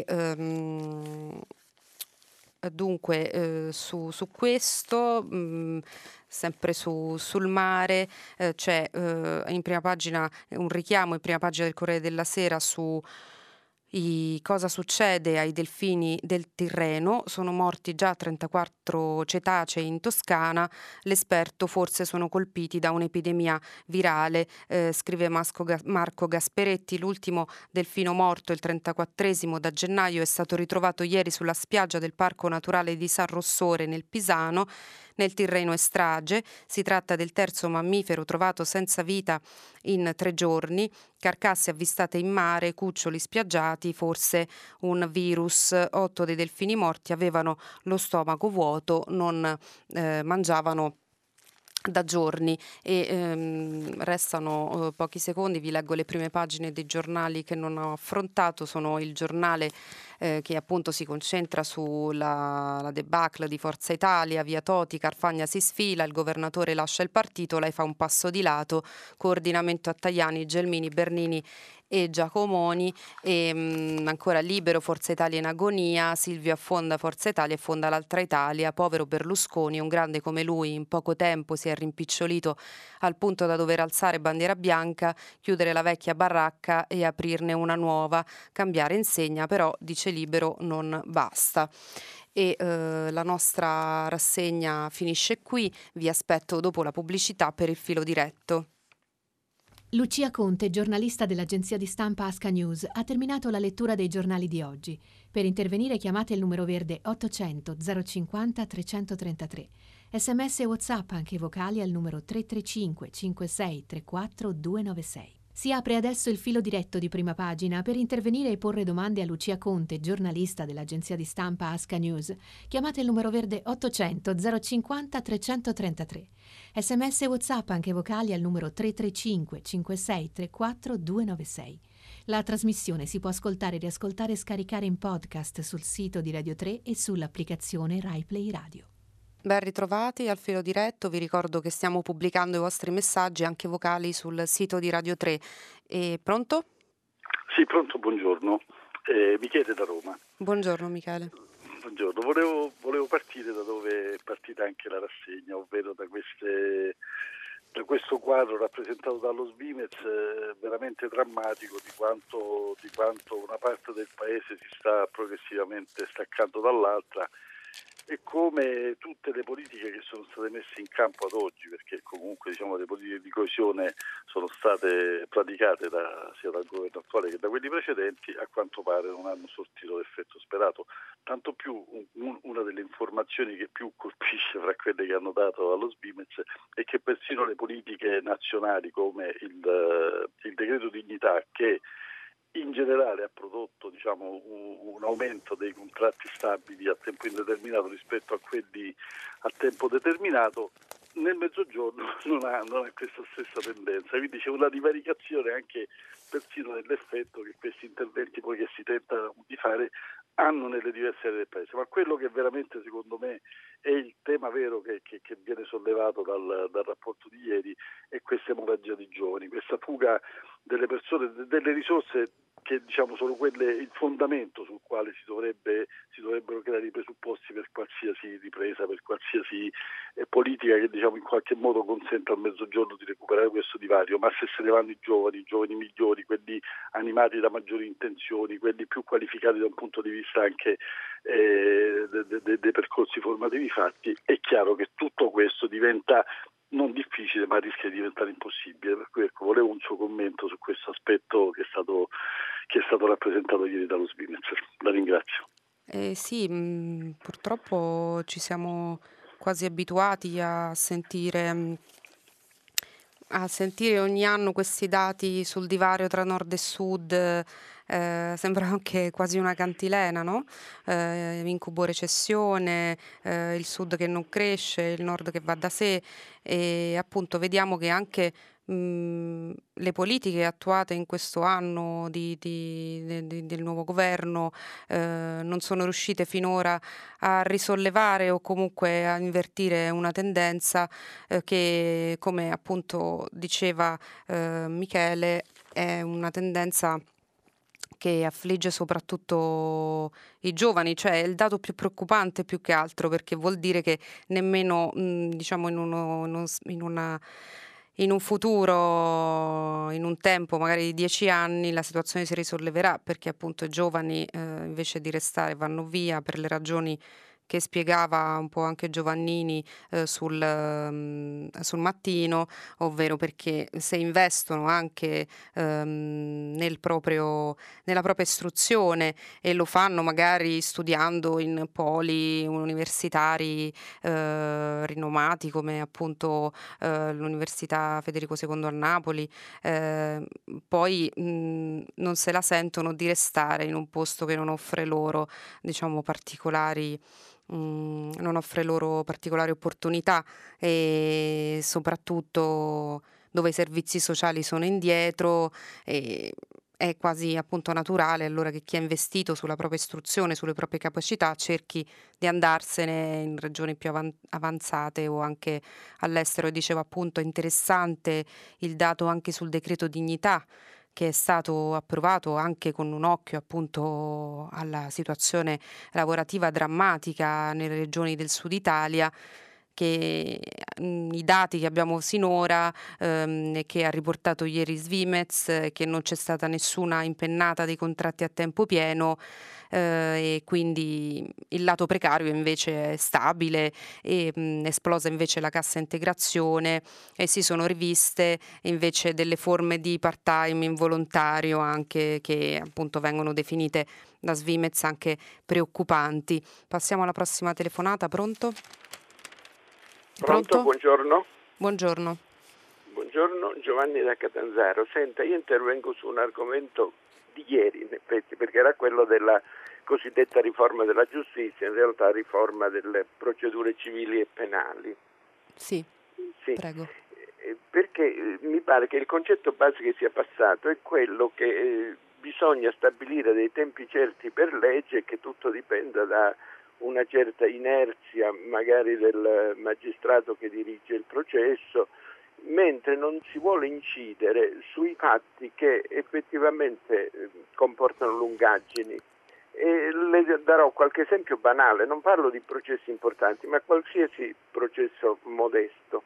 dunque su questo, sempre sul mare, c'è in prima pagina un richiamo in prima pagina del Corriere della Sera su cosa succede ai delfini del Tirreno. Sono morti già 34 cetacei in Toscana, l'esperto forse sono colpiti da un'epidemia virale, scrive Marco Gasperetti. L'ultimo delfino morto, il 34esimo da gennaio, è stato ritrovato ieri sulla spiaggia del Parco Naturale di San Rossore nel Pisano, nel Tirreno Estrage. Si tratta del terzo mammifero trovato senza vita in 3 giorni, carcasse avvistate in mare, cuccioli spiaggiati, forse un virus. 8 dei delfini morti avevano lo stomaco vuoto, non mangiavano da giorni e restano pochi secondi, vi leggo le prime pagine dei giornali che non ho affrontato. Sono il giornale che appunto si concentra sulla la debacle di Forza Italia, via Toti, Carfagna si sfila, il governatore lascia il partito, lei fa un passo di lato, coordinamento a Tajani, Gelmini, Bernini e Giacomoni e ancora Libero, Forza Italia in agonia, Silvio affonda Forza Italia e fonda l'altra Italia, povero Berlusconi, un grande come lui in poco tempo si è rimpicciolito al punto da dover alzare bandiera bianca, chiudere la vecchia baracca e aprirne una nuova, cambiare insegna, però dice Libero non basta. La nostra rassegna finisce qui, vi aspetto dopo la pubblicità per il filo diretto. Lucia Conte, giornalista dell'agenzia di stampa Asca News, ha terminato la lettura dei giornali di oggi. Per intervenire chiamate il numero verde 800 050 333. SMS e WhatsApp anche vocali al numero 335 56 34 296. Si apre adesso il filo diretto di Prima Pagina. Per intervenire e porre domande a Lucia Conte, giornalista dell'agenzia di stampa Asca News, chiamate il numero verde 800 050 333. SMS e WhatsApp anche vocali al numero 335 56 34 296. La trasmissione si può ascoltare, riascoltare e scaricare in podcast sul sito di Radio 3 e sull'applicazione Rai Play Radio. Ben ritrovati al filo diretto, vi ricordo che stiamo pubblicando i vostri messaggi anche vocali sul sito di Radio 3. Pronto? Sì, pronto, buongiorno. Michele da Roma. Buongiorno Michele. Buongiorno, volevo partire da dove è partita anche la rassegna, ovvero da questo quadro rappresentato dallo Svimez, veramente drammatico di quanto una parte del paese si sta progressivamente staccando dall'altra e come tutte le politiche che sono state messe in campo ad oggi, perché comunque le politiche di coesione sono state praticate sia dal governo attuale che da quelli precedenti, a quanto pare non hanno sortito l'effetto sperato. Tanto più una delle informazioni che più colpisce fra quelle che hanno dato allo Svimez è che persino le politiche nazionali come il decreto dignità, che in generale ha prodotto un aumento dei contratti stabili a tempo indeterminato rispetto a quelli a tempo determinato, nel Mezzogiorno non ha questa stessa tendenza, quindi c'è una divaricazione anche persino nell'effetto che questi interventi poi che si tentano di fare hanno nelle diverse aree del paese. Ma quello che veramente secondo me è il tema vero che viene sollevato dal rapporto di ieri è questa emorragia di giovani, questa fuga delle persone, delle risorse che sono quelle, il fondamento sul quale si dovrebbero creare i presupposti per qualsiasi ripresa, per qualsiasi politica che in qualche modo consenta al Mezzogiorno di recuperare questo divario. Ma se ne vanno i giovani migliori, quelli animati da maggiori intenzioni, quelli più qualificati da un punto di vista anche dei percorsi formativi fatti, è chiaro che tutto questo diventa non difficile, ma rischia di diventare impossibile. Per cui volevo un suo commento su questo aspetto che è stato rappresentato ieri dallo Svimez. La ringrazio. Sì, purtroppo ci siamo quasi abituati a sentire ogni anno questi dati sul divario tra nord e sud. Sembra anche quasi una cantilena, no? Incubo recessione, il sud che non cresce, il nord che va da sé e appunto vediamo che anche le politiche attuate in questo anno del nuovo governo non sono riuscite finora a risollevare o comunque a invertire una tendenza che, come appunto diceva Michele, è una tendenza che affligge soprattutto i giovani, cioè è il dato più preoccupante più che altro, perché vuol dire che nemmeno in un futuro, in un tempo magari di 10 anni, la situazione si risolleverà, perché appunto i giovani invece di restare vanno via per le ragioni che spiegava un po' anche Giovannini sul Mattino, ovvero perché se investono anche nella propria istruzione e lo fanno magari studiando in poli universitari rinomati come appunto l'Università Federico II a Napoli, poi non se la sentono di restare in un posto che non offre loro particolari non offre loro particolari opportunità e soprattutto dove i servizi sociali sono indietro. E è quasi appunto naturale allora che chi ha investito sulla propria istruzione, sulle proprie capacità, cerchi di andarsene in regioni più avanzate o anche all'estero. E dicevo appunto, è interessante il dato anche sul decreto dignità, che è stato approvato anche con un occhio appunto alla situazione lavorativa drammatica nelle regioni del Sud Italia, che i dati che abbiamo sinora, che ha riportato ieri Svimez, che non c'è stata nessuna impennata dei contratti a tempo pieno, e quindi il lato precario invece è stabile, e esplosa invece la cassa integrazione, e si sono riviste invece delle forme di part-time involontario anche, che appunto vengono definite da Svimez anche preoccupanti. Passiamo alla prossima telefonata. Pronto? Pronto, buongiorno. Buongiorno. Buongiorno, Giovanni da Catanzaro. Senta, io intervengo su un argomento di ieri, in effetti, perché era quello della cosiddetta riforma della giustizia, in realtà riforma delle procedure civili e penali. Sì. Prego. Perché mi pare che il concetto base che sia passato è quello che bisogna stabilire dei tempi certi per legge e che tutto dipenda da una certa inerzia magari del magistrato che dirige il processo, mentre non si vuole incidere sui fatti che effettivamente comportano lungaggini. E le darò qualche esempio banale, non parlo di processi importanti, ma qualsiasi processo modesto.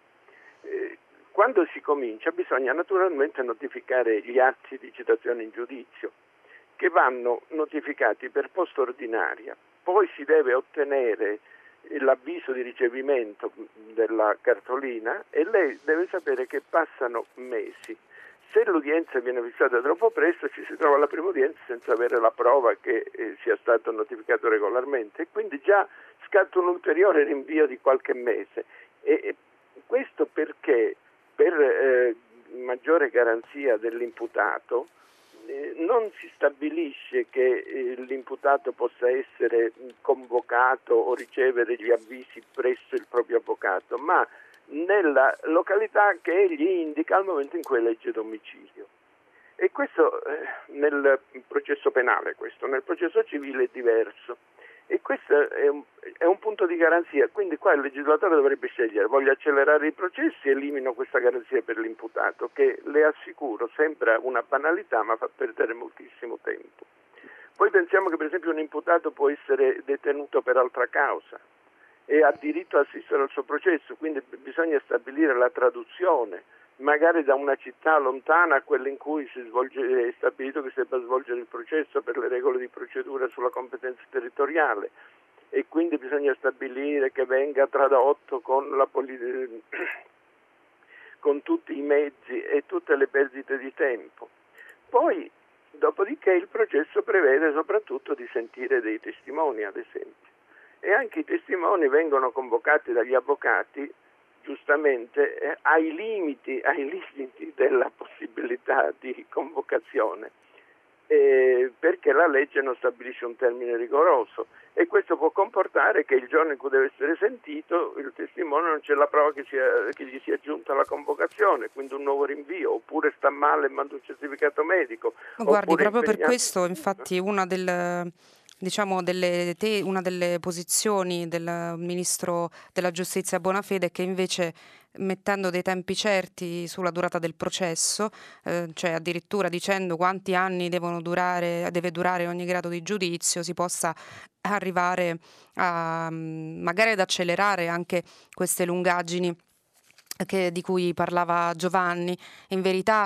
Quando si comincia bisogna naturalmente notificare gli atti di citazione in giudizio, che vanno notificati per posta ordinaria. Poi si deve ottenere l'avviso di ricevimento della cartolina e lei deve sapere che passano mesi. Se l'udienza viene fissata troppo presto ci si trova alla prima udienza senza avere la prova che sia stato notificato regolarmente e quindi già scatta un ulteriore rinvio di qualche mese. E questo perché per maggiore garanzia dell'imputato non si stabilisce che l'imputato possa essere convocato o ricevere gli avvisi presso il proprio avvocato, ma nella località che egli indica al momento in cui elegge domicilio. E questo nel processo penale, nel processo civile è diverso. E questo è un punto di garanzia, quindi qua il legislatore dovrebbe scegliere: voglio accelerare i processi, elimino questa garanzia per l'imputato, che le assicuro sembra una banalità ma fa perdere moltissimo tempo. Poi pensiamo che per esempio un imputato può essere detenuto per altra causa e ha diritto a assistere al suo processo, quindi bisogna stabilire la traduzione, magari da una città lontana a quella in cui è stabilito che si debba svolgere il processo per le regole di procedura sulla competenza territoriale, e quindi bisogna stabilire che venga tradotto con tutti i mezzi e tutte le perdite di tempo. Poi, dopodiché, il processo prevede soprattutto di sentire dei testimoni, ad esempio, e anche i testimoni vengono convocati dagli avvocati giustamente ai limiti della possibilità di convocazione, perché la legge non stabilisce un termine rigoroso e questo può comportare che il giorno in cui deve essere sentito il testimone non c'è la prova che gli sia giunta la convocazione, quindi un nuovo rinvio, oppure sta male e manda un certificato medico. Ma guardi, proprio per questo infatti una delle posizioni del Ministro della Giustizia Bonafede è che invece, mettendo dei tempi certi sulla durata del processo, cioè addirittura dicendo quanti anni deve durare ogni grado di giudizio, si possa arrivare a magari ad accelerare anche queste lungaggini di cui parlava Giovanni. In verità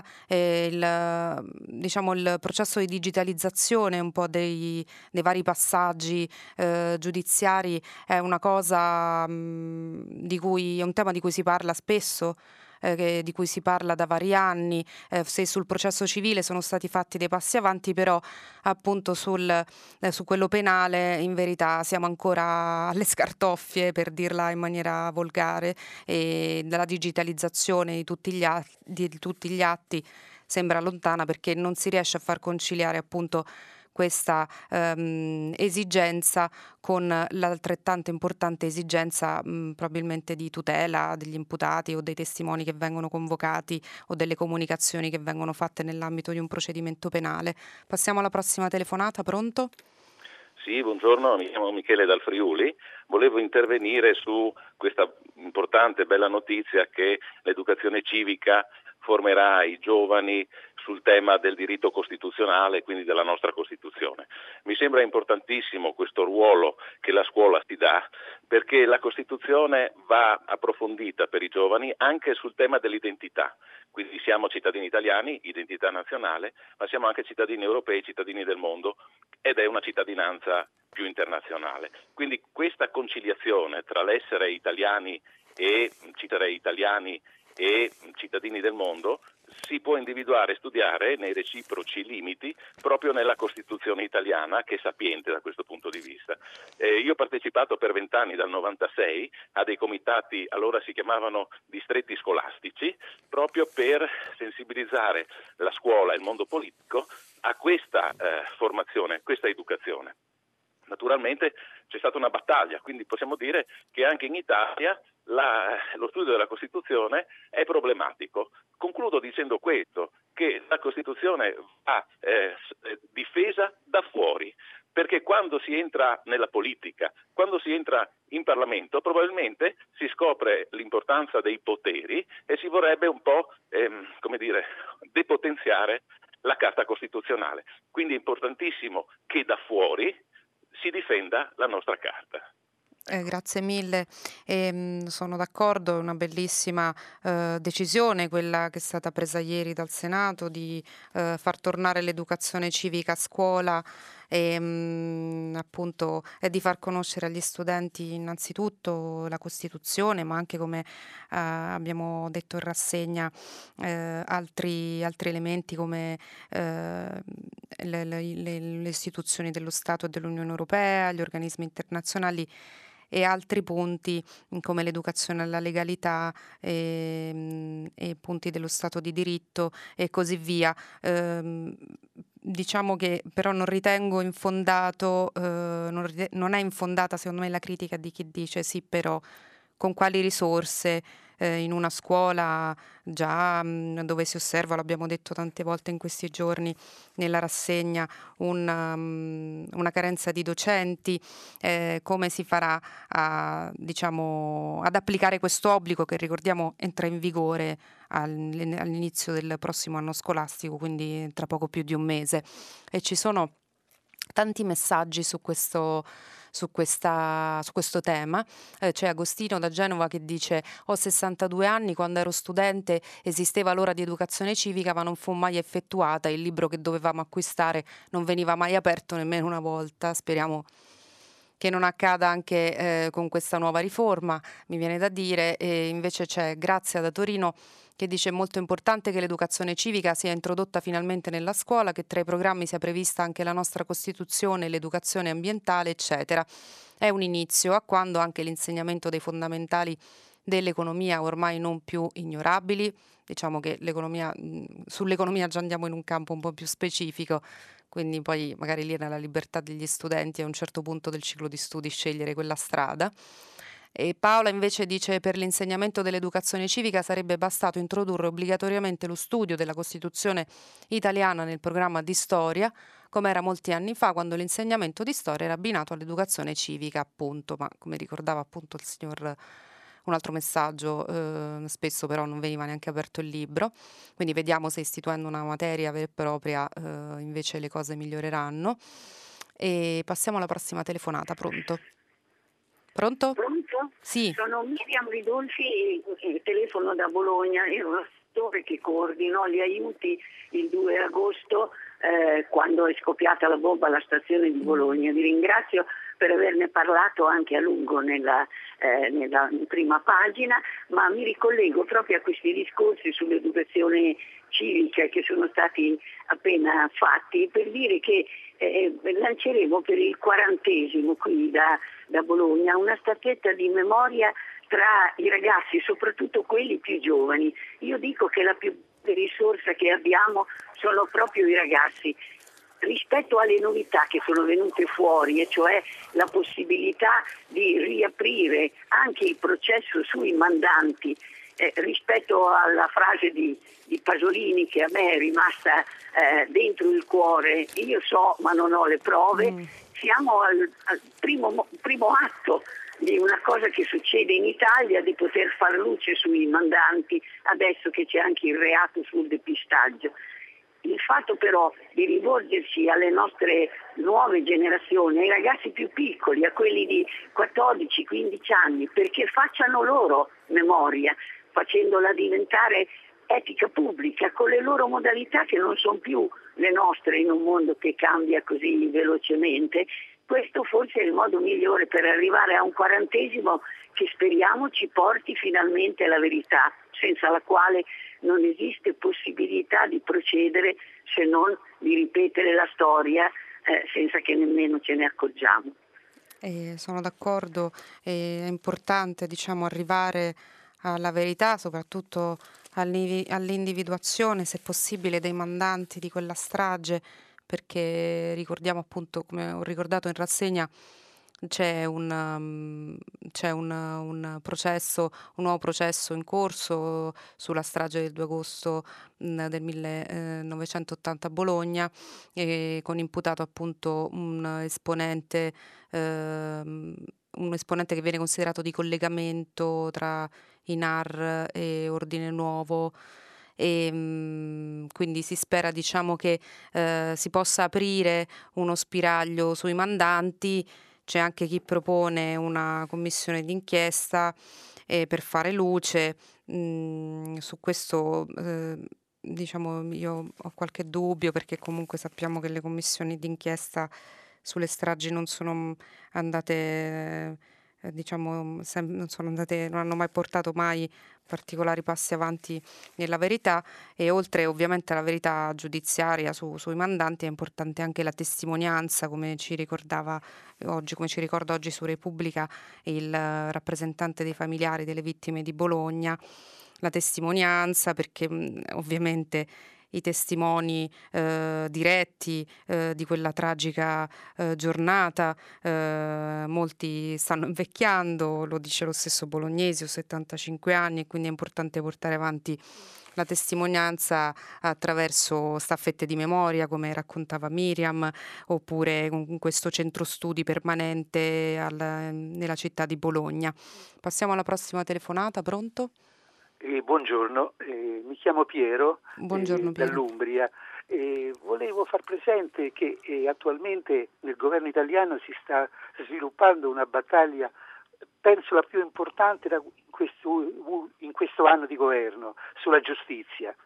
il processo di digitalizzazione un po' dei vari passaggi giudiziari è una cosa è un tema di cui si parla spesso, di cui si parla da vari anni. Se sul processo civile sono stati fatti dei passi avanti, però appunto su quello penale in verità siamo ancora alle scartoffie, per dirla in maniera volgare, e dalla digitalizzazione di tutti gli atti sembra lontana, perché non si riesce a far conciliare appunto questa esigenza con l'altrettanto importante esigenza probabilmente di tutela degli imputati o dei testimoni che vengono convocati o delle comunicazioni che vengono fatte nell'ambito di un procedimento penale. Passiamo alla prossima telefonata, pronto? Sì, buongiorno, mi chiamo Michele dal Friuli. Volevo intervenire su questa importante e bella notizia che l'educazione civica formerà i giovani sul tema del diritto costituzionale, quindi della nostra Costituzione. Mi sembra importantissimo questo ruolo che la scuola si dà, perché la Costituzione va approfondita per i giovani anche sul tema dell'identità. Quindi siamo cittadini italiani, identità nazionale, ma siamo anche cittadini europei, cittadini del mondo, ed è una cittadinanza più internazionale. Quindi questa conciliazione tra l'essere italiani e cittadini del mondo si può individuare e studiare nei reciproci limiti proprio nella Costituzione italiana, che è sapiente da questo punto di vista. Io ho partecipato per 20 anni, dal 96, a dei comitati, allora si chiamavano distretti scolastici, proprio per sensibilizzare la scuola e il mondo politico a questa formazione, questa educazione. Naturalmente c'è stata una battaglia, quindi possiamo dire che anche in Italia lo studio della Costituzione è problematico. Concludo dicendo questo, che la Costituzione va difesa da fuori, perché quando si entra nella politica, quando si entra in Parlamento, probabilmente si scopre l'importanza dei poteri e si vorrebbe un po' depotenziare la Carta Costituzionale. Quindi è importantissimo che da fuori si difenda la nostra Carta. Grazie mille, sono d'accordo, è una bellissima decisione quella che è stata presa ieri dal Senato di far tornare l'educazione civica a scuola appunto e di far conoscere agli studenti innanzitutto la Costituzione, ma anche, come abbiamo detto in rassegna, altri elementi come le istituzioni dello Stato e dell'Unione Europea, gli organismi internazionali e altri punti come l'educazione alla legalità e punti dello Stato di diritto e così via. Diciamo che però non ritengo infondato, non è infondata secondo me la critica di chi dice sì, però con quali risorse in una scuola già dove si osserva, l'abbiamo detto tante volte in questi giorni nella rassegna, una carenza di docenti, come si farà ad applicare questo obbligo che, ricordiamo, entra in vigore all'inizio del prossimo anno scolastico, quindi tra poco più di un mese. E ci sono tanti messaggi su questo tema. C'è Agostino da Genova che dice: ho 62 anni, quando ero studente esisteva l'ora di educazione civica ma non fu mai effettuata, il libro che dovevamo acquistare non veniva mai aperto nemmeno una volta. Speriamo che non accada anche con questa nuova riforma, mi viene da dire. E invece c'è Grazia da Torino che dice: è molto importante che l'educazione civica sia introdotta finalmente nella scuola, che tra i programmi sia prevista anche la nostra Costituzione, l'educazione ambientale, eccetera. È un inizio a quando anche l'insegnamento dei fondamentali dell'economia ormai non più ignorabili. Diciamo che sull'economia già andiamo in un campo un po' più specifico, quindi poi magari lì è nella libertà degli studenti a un certo punto del ciclo di studi scegliere quella strada. E Paola invece dice: per l'insegnamento dell'educazione civica sarebbe bastato introdurre obbligatoriamente lo studio della Costituzione italiana nel programma di storia, come era molti anni fa, quando l'insegnamento di storia era abbinato all'educazione civica, appunto. Ma come ricordava appunto il signor, un altro messaggio, spesso però non veniva neanche aperto il libro, quindi vediamo se istituendo una materia vera e propria invece le cose miglioreranno. E passiamo alla prossima telefonata. Pronto? Pronto? Pronto? Sì. Sono Miriam Ridolfi e telefono da Bologna. Io sono l'assessore che coordinò gli aiuti il 2 agosto quando è scoppiata la bomba alla stazione di Bologna. Vi ringrazio per averne parlato anche a lungo nella prima pagina, ma mi ricollego proprio a questi discorsi sull'educazione civica che sono stati appena fatti, per dire che lanceremo per il 40° qui da Bologna una staffetta di memoria tra i ragazzi, soprattutto quelli più giovani. Io dico che la più grande risorsa che abbiamo sono proprio i ragazzi. rispetto alle novità che sono venute fuori, e cioè la possibilità di riaprire anche il processo sui mandanti, rispetto alla frase di Pasolini che a me è rimasta dentro il cuore, io so ma non ho le prove, siamo al primo atto di una cosa che succede in Italia, di poter far luce sui mandanti adesso che c'è anche il reato sul depistaggio. Il fatto però di rivolgersi alle nostre nuove generazioni, ai ragazzi più piccoli, a quelli di 14-15 anni, perché facciano loro memoria, facendola diventare etica pubblica con le loro modalità che non sono più le nostre in un mondo che cambia così velocemente. Questo forse è il modo migliore per arrivare a un quarantesimo che speriamo ci porti finalmente alla verità, senza la quale non esiste possibilità di procedere se non di ripetere la storia senza che nemmeno ce ne accorgiamo. Sono d'accordo, è importante arrivare alla verità, soprattutto all'individuazione, se possibile, dei mandanti di quella strage, perché ricordiamo appunto, come ho ricordato in rassegna, c'è un processo, un nuovo processo in corso sulla strage del 2 agosto del 1980 a Bologna, con imputato appunto un esponente che viene considerato di collegamento tra i NAR e Ordine Nuovo. E quindi si spera che si possa aprire uno spiraglio sui mandanti. C'è anche chi propone una commissione d'inchiesta per fare luce. Su questo io ho qualche dubbio, perché comunque sappiamo che le commissioni d'inchiesta sulle stragi non sono andate non hanno mai portato particolari passi avanti nella verità, e oltre ovviamente alla verità giudiziaria sui mandanti è importante anche la testimonianza, come ci ricorda oggi su Repubblica il rappresentante dei familiari delle vittime di Bologna. La testimonianza, perché ovviamente i testimoni diretti di quella tragica giornata, molti stanno invecchiando, lo dice lo stesso Bolognesi, ho 75 anni, e quindi è importante portare avanti la testimonianza attraverso staffette di memoria, come raccontava Miriam, oppure con questo centro studi permanente nella città di Bologna. Passiamo alla prossima telefonata, pronto? Buongiorno, mi chiamo Piero, Buongiorno, Piero. Dall'Umbria. Volevo far presente che attualmente nel governo italiano si sta sviluppando una battaglia, penso la più importante in questo anno di governo, sulla giustizia.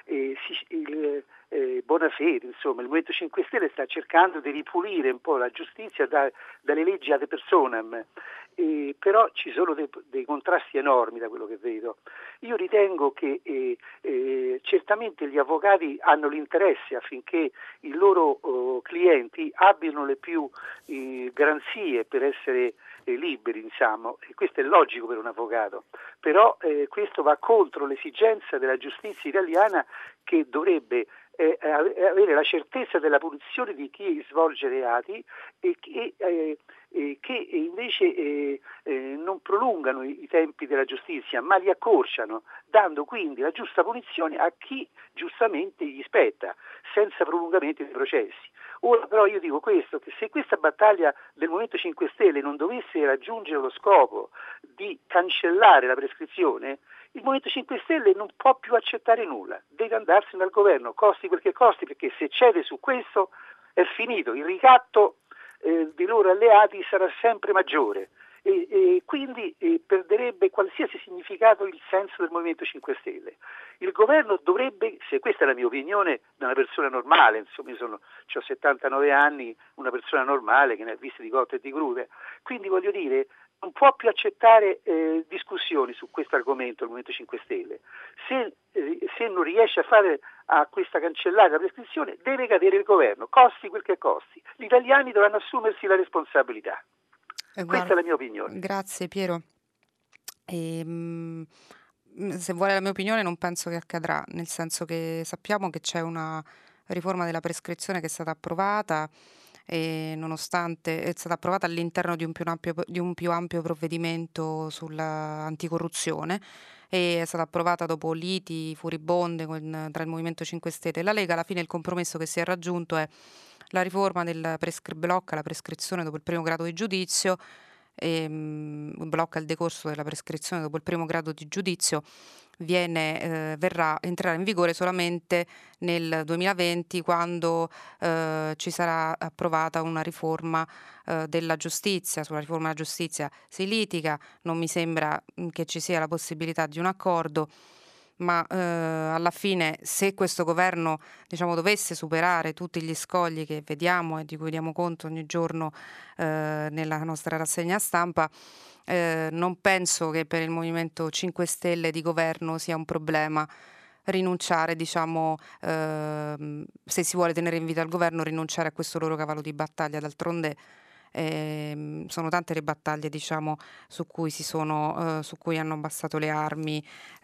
Bonafede, insomma, il Movimento 5 Stelle sta cercando di ripulire un po' la giustizia dalle leggi ad personam, però ci sono dei contrasti enormi da quello che vedo. Io ritengo che certamente gli avvocati hanno l'interesse affinché i loro clienti abbiano le più garanzie per essere liberi, insomma, e questo è logico per un avvocato, però questo va contro l'esigenza della giustizia italiana, che dovrebbe avere la certezza della punizione di chi svolge reati e che invece non prolungano i tempi della giustizia, ma li accorciano, dando quindi la giusta punizione a chi giustamente gli spetta, senza prolungamenti dei processi. Ora però io dico questo, che se questa battaglia del Movimento 5 Stelle non dovesse raggiungere lo scopo di cancellare la prescrizione, il Movimento 5 Stelle non può più accettare nulla, deve andarsene dal governo, costi quel che costi, perché se cede su questo è finito, il ricatto dei loro alleati sarà sempre maggiore e quindi perderebbe qualsiasi significato il senso del Movimento 5 Stelle. Il governo dovrebbe, se questa è la mia opinione da una persona normale, insomma ho 79 anni, una persona normale che ne ha viste di cotte e di crude, quindi voglio dire, non può più accettare discussioni su questo argomento il Movimento 5 Stelle. Se non riesce a fare a questa cancellare la prescrizione, deve cadere il governo, costi quel che costi. Gli italiani dovranno assumersi la responsabilità. Questa è la mia opinione. Grazie Piero. Se vuole la mia opinione, non penso che accadrà, nel senso che sappiamo che c'è una riforma della prescrizione che è stata approvata, e nonostante è stata approvata all'interno di un più ampio provvedimento sull'anticorruzione, e è stata approvata dopo liti furibonde tra il Movimento 5 Stelle e la Lega. Alla fine il compromesso che si è raggiunto è la riforma del blocca la prescrizione dopo il primo grado di giudizio, e blocca il decorso della prescrizione dopo il primo grado di giudizio. Entrerà in vigore solamente nel 2020, quando ci sarà approvata una riforma della giustizia. Sulla riforma della giustizia si litiga, non mi sembra che ci sia la possibilità di un accordo, ma alla fine, se questo governo, diciamo, dovesse superare tutti gli scogli che vediamo e di cui diamo conto ogni giorno nella nostra rassegna stampa, non penso che per il Movimento 5 Stelle di governo sia un problema rinunciare, diciamo, se si vuole tenere in vita il governo, rinunciare a questo loro cavallo di battaglia. D'altronde sono tante le battaglie, diciamo, su cui hanno abbassato le armi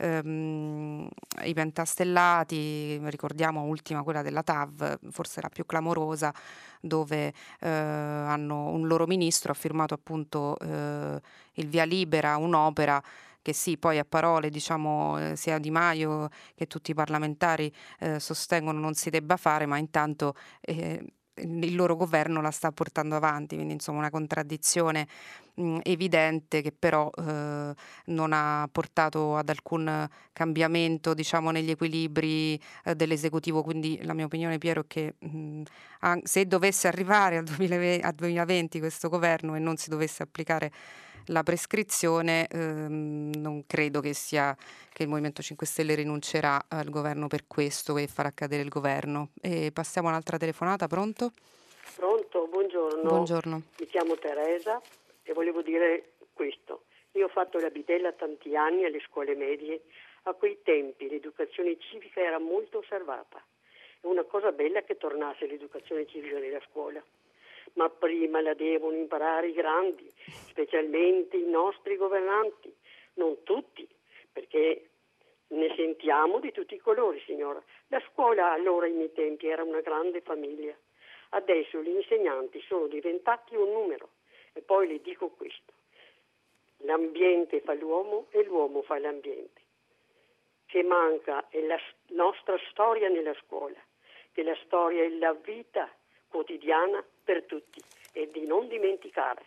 i pentastellati. Ricordiamo ultima quella della TAV, forse la più clamorosa, dove hanno un loro ministro ha firmato appunto il via libera a un'opera che sì, poi a parole, diciamo, sia Di Maio che tutti i parlamentari sostengono non si debba fare, ma intanto il loro governo la sta portando avanti, quindi insomma una contraddizione evidente, che però non ha portato ad alcun cambiamento, diciamo, negli equilibri dell'esecutivo. Quindi la mia opinione, Piero, è che se dovesse arrivare al 2020 questo governo e non si dovesse applicare la prescrizione, non credo che il Movimento 5 Stelle rinuncerà al governo per questo e farà cadere il governo. E passiamo all'altra telefonata. Pronto? Pronto, buongiorno. Buongiorno. Mi chiamo Teresa e volevo dire questo. Io ho fatto la bidella tanti anni alle scuole medie. A quei tempi l'educazione civica era molto osservata. È una cosa bella che tornasse l'educazione civica nella scuola. Ma prima la devono imparare i grandi, specialmente i nostri governanti, non tutti, perché ne sentiamo di tutti i colori, signora. La scuola allora, ai miei tempi, era una grande famiglia. Adesso gli insegnanti sono diventati un numero. E poi le dico questo: l'ambiente fa l'uomo e l'uomo fa l'ambiente. Che manca è la nostra storia nella scuola, che la storia è la vita quotidiana per tutti, e di non dimenticare.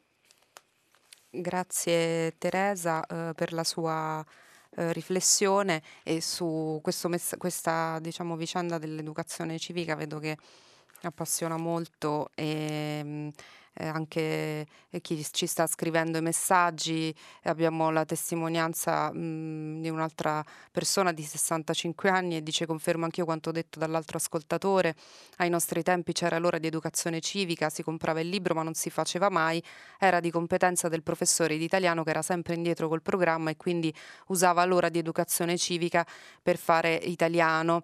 Grazie Teresa per la sua riflessione, e su questa diciamo vicenda dell'educazione civica vedo che appassiona molto, e anche chi ci sta scrivendo i messaggi. Abbiamo la testimonianza di un'altra persona di 65 anni e dice: confermo anch'io quanto detto dall'altro ascoltatore, ai nostri tempi c'era l'ora di educazione civica, si comprava il libro ma non si faceva mai, era di competenza del professore di italiano, che era sempre indietro col programma e quindi usava l'ora di educazione civica per fare italiano.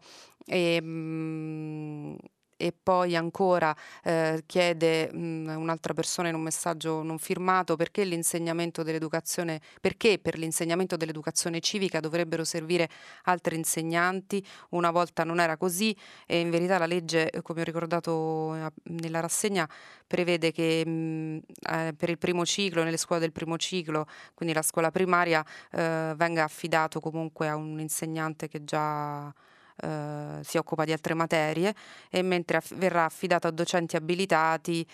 E poi ancora chiede un'altra persona in un messaggio non firmato perché per l'insegnamento dell'educazione civica dovrebbero servire altri insegnanti. Una volta non era così, e in verità la legge, come ho ricordato nella rassegna, prevede che per il primo ciclo, nelle scuole del primo ciclo, quindi la scuola primaria, venga affidato comunque a un insegnante che già si occupa di altre materie, e mentre verrà affidato a docenti abilitati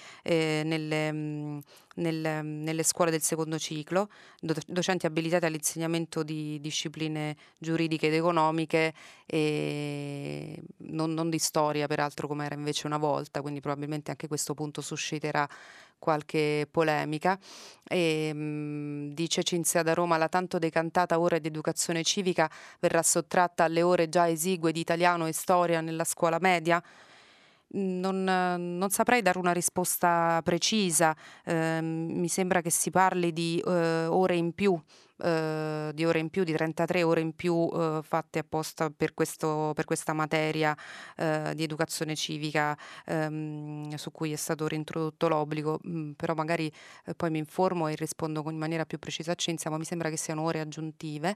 nelle scuole del secondo ciclo, docenti abilitati all'insegnamento di discipline giuridiche ed economiche, e non di storia, peraltro, come era invece una volta, quindi probabilmente anche questo punto susciterà qualche polemica. E dice Cinzia da Roma: la tanto decantata ora di educazione civica verrà sottratta alle ore già esigue di italiano e storia nella scuola media? Non saprei dare una risposta precisa. Mi sembra che si parli di ore in più di ore in più, di 33 ore in più fatte apposta per questa materia di educazione civica, su cui è stato reintrodotto l'obbligo, però magari poi mi informo e rispondo in maniera più precisa a Cinzia, ma mi sembra che siano ore aggiuntive.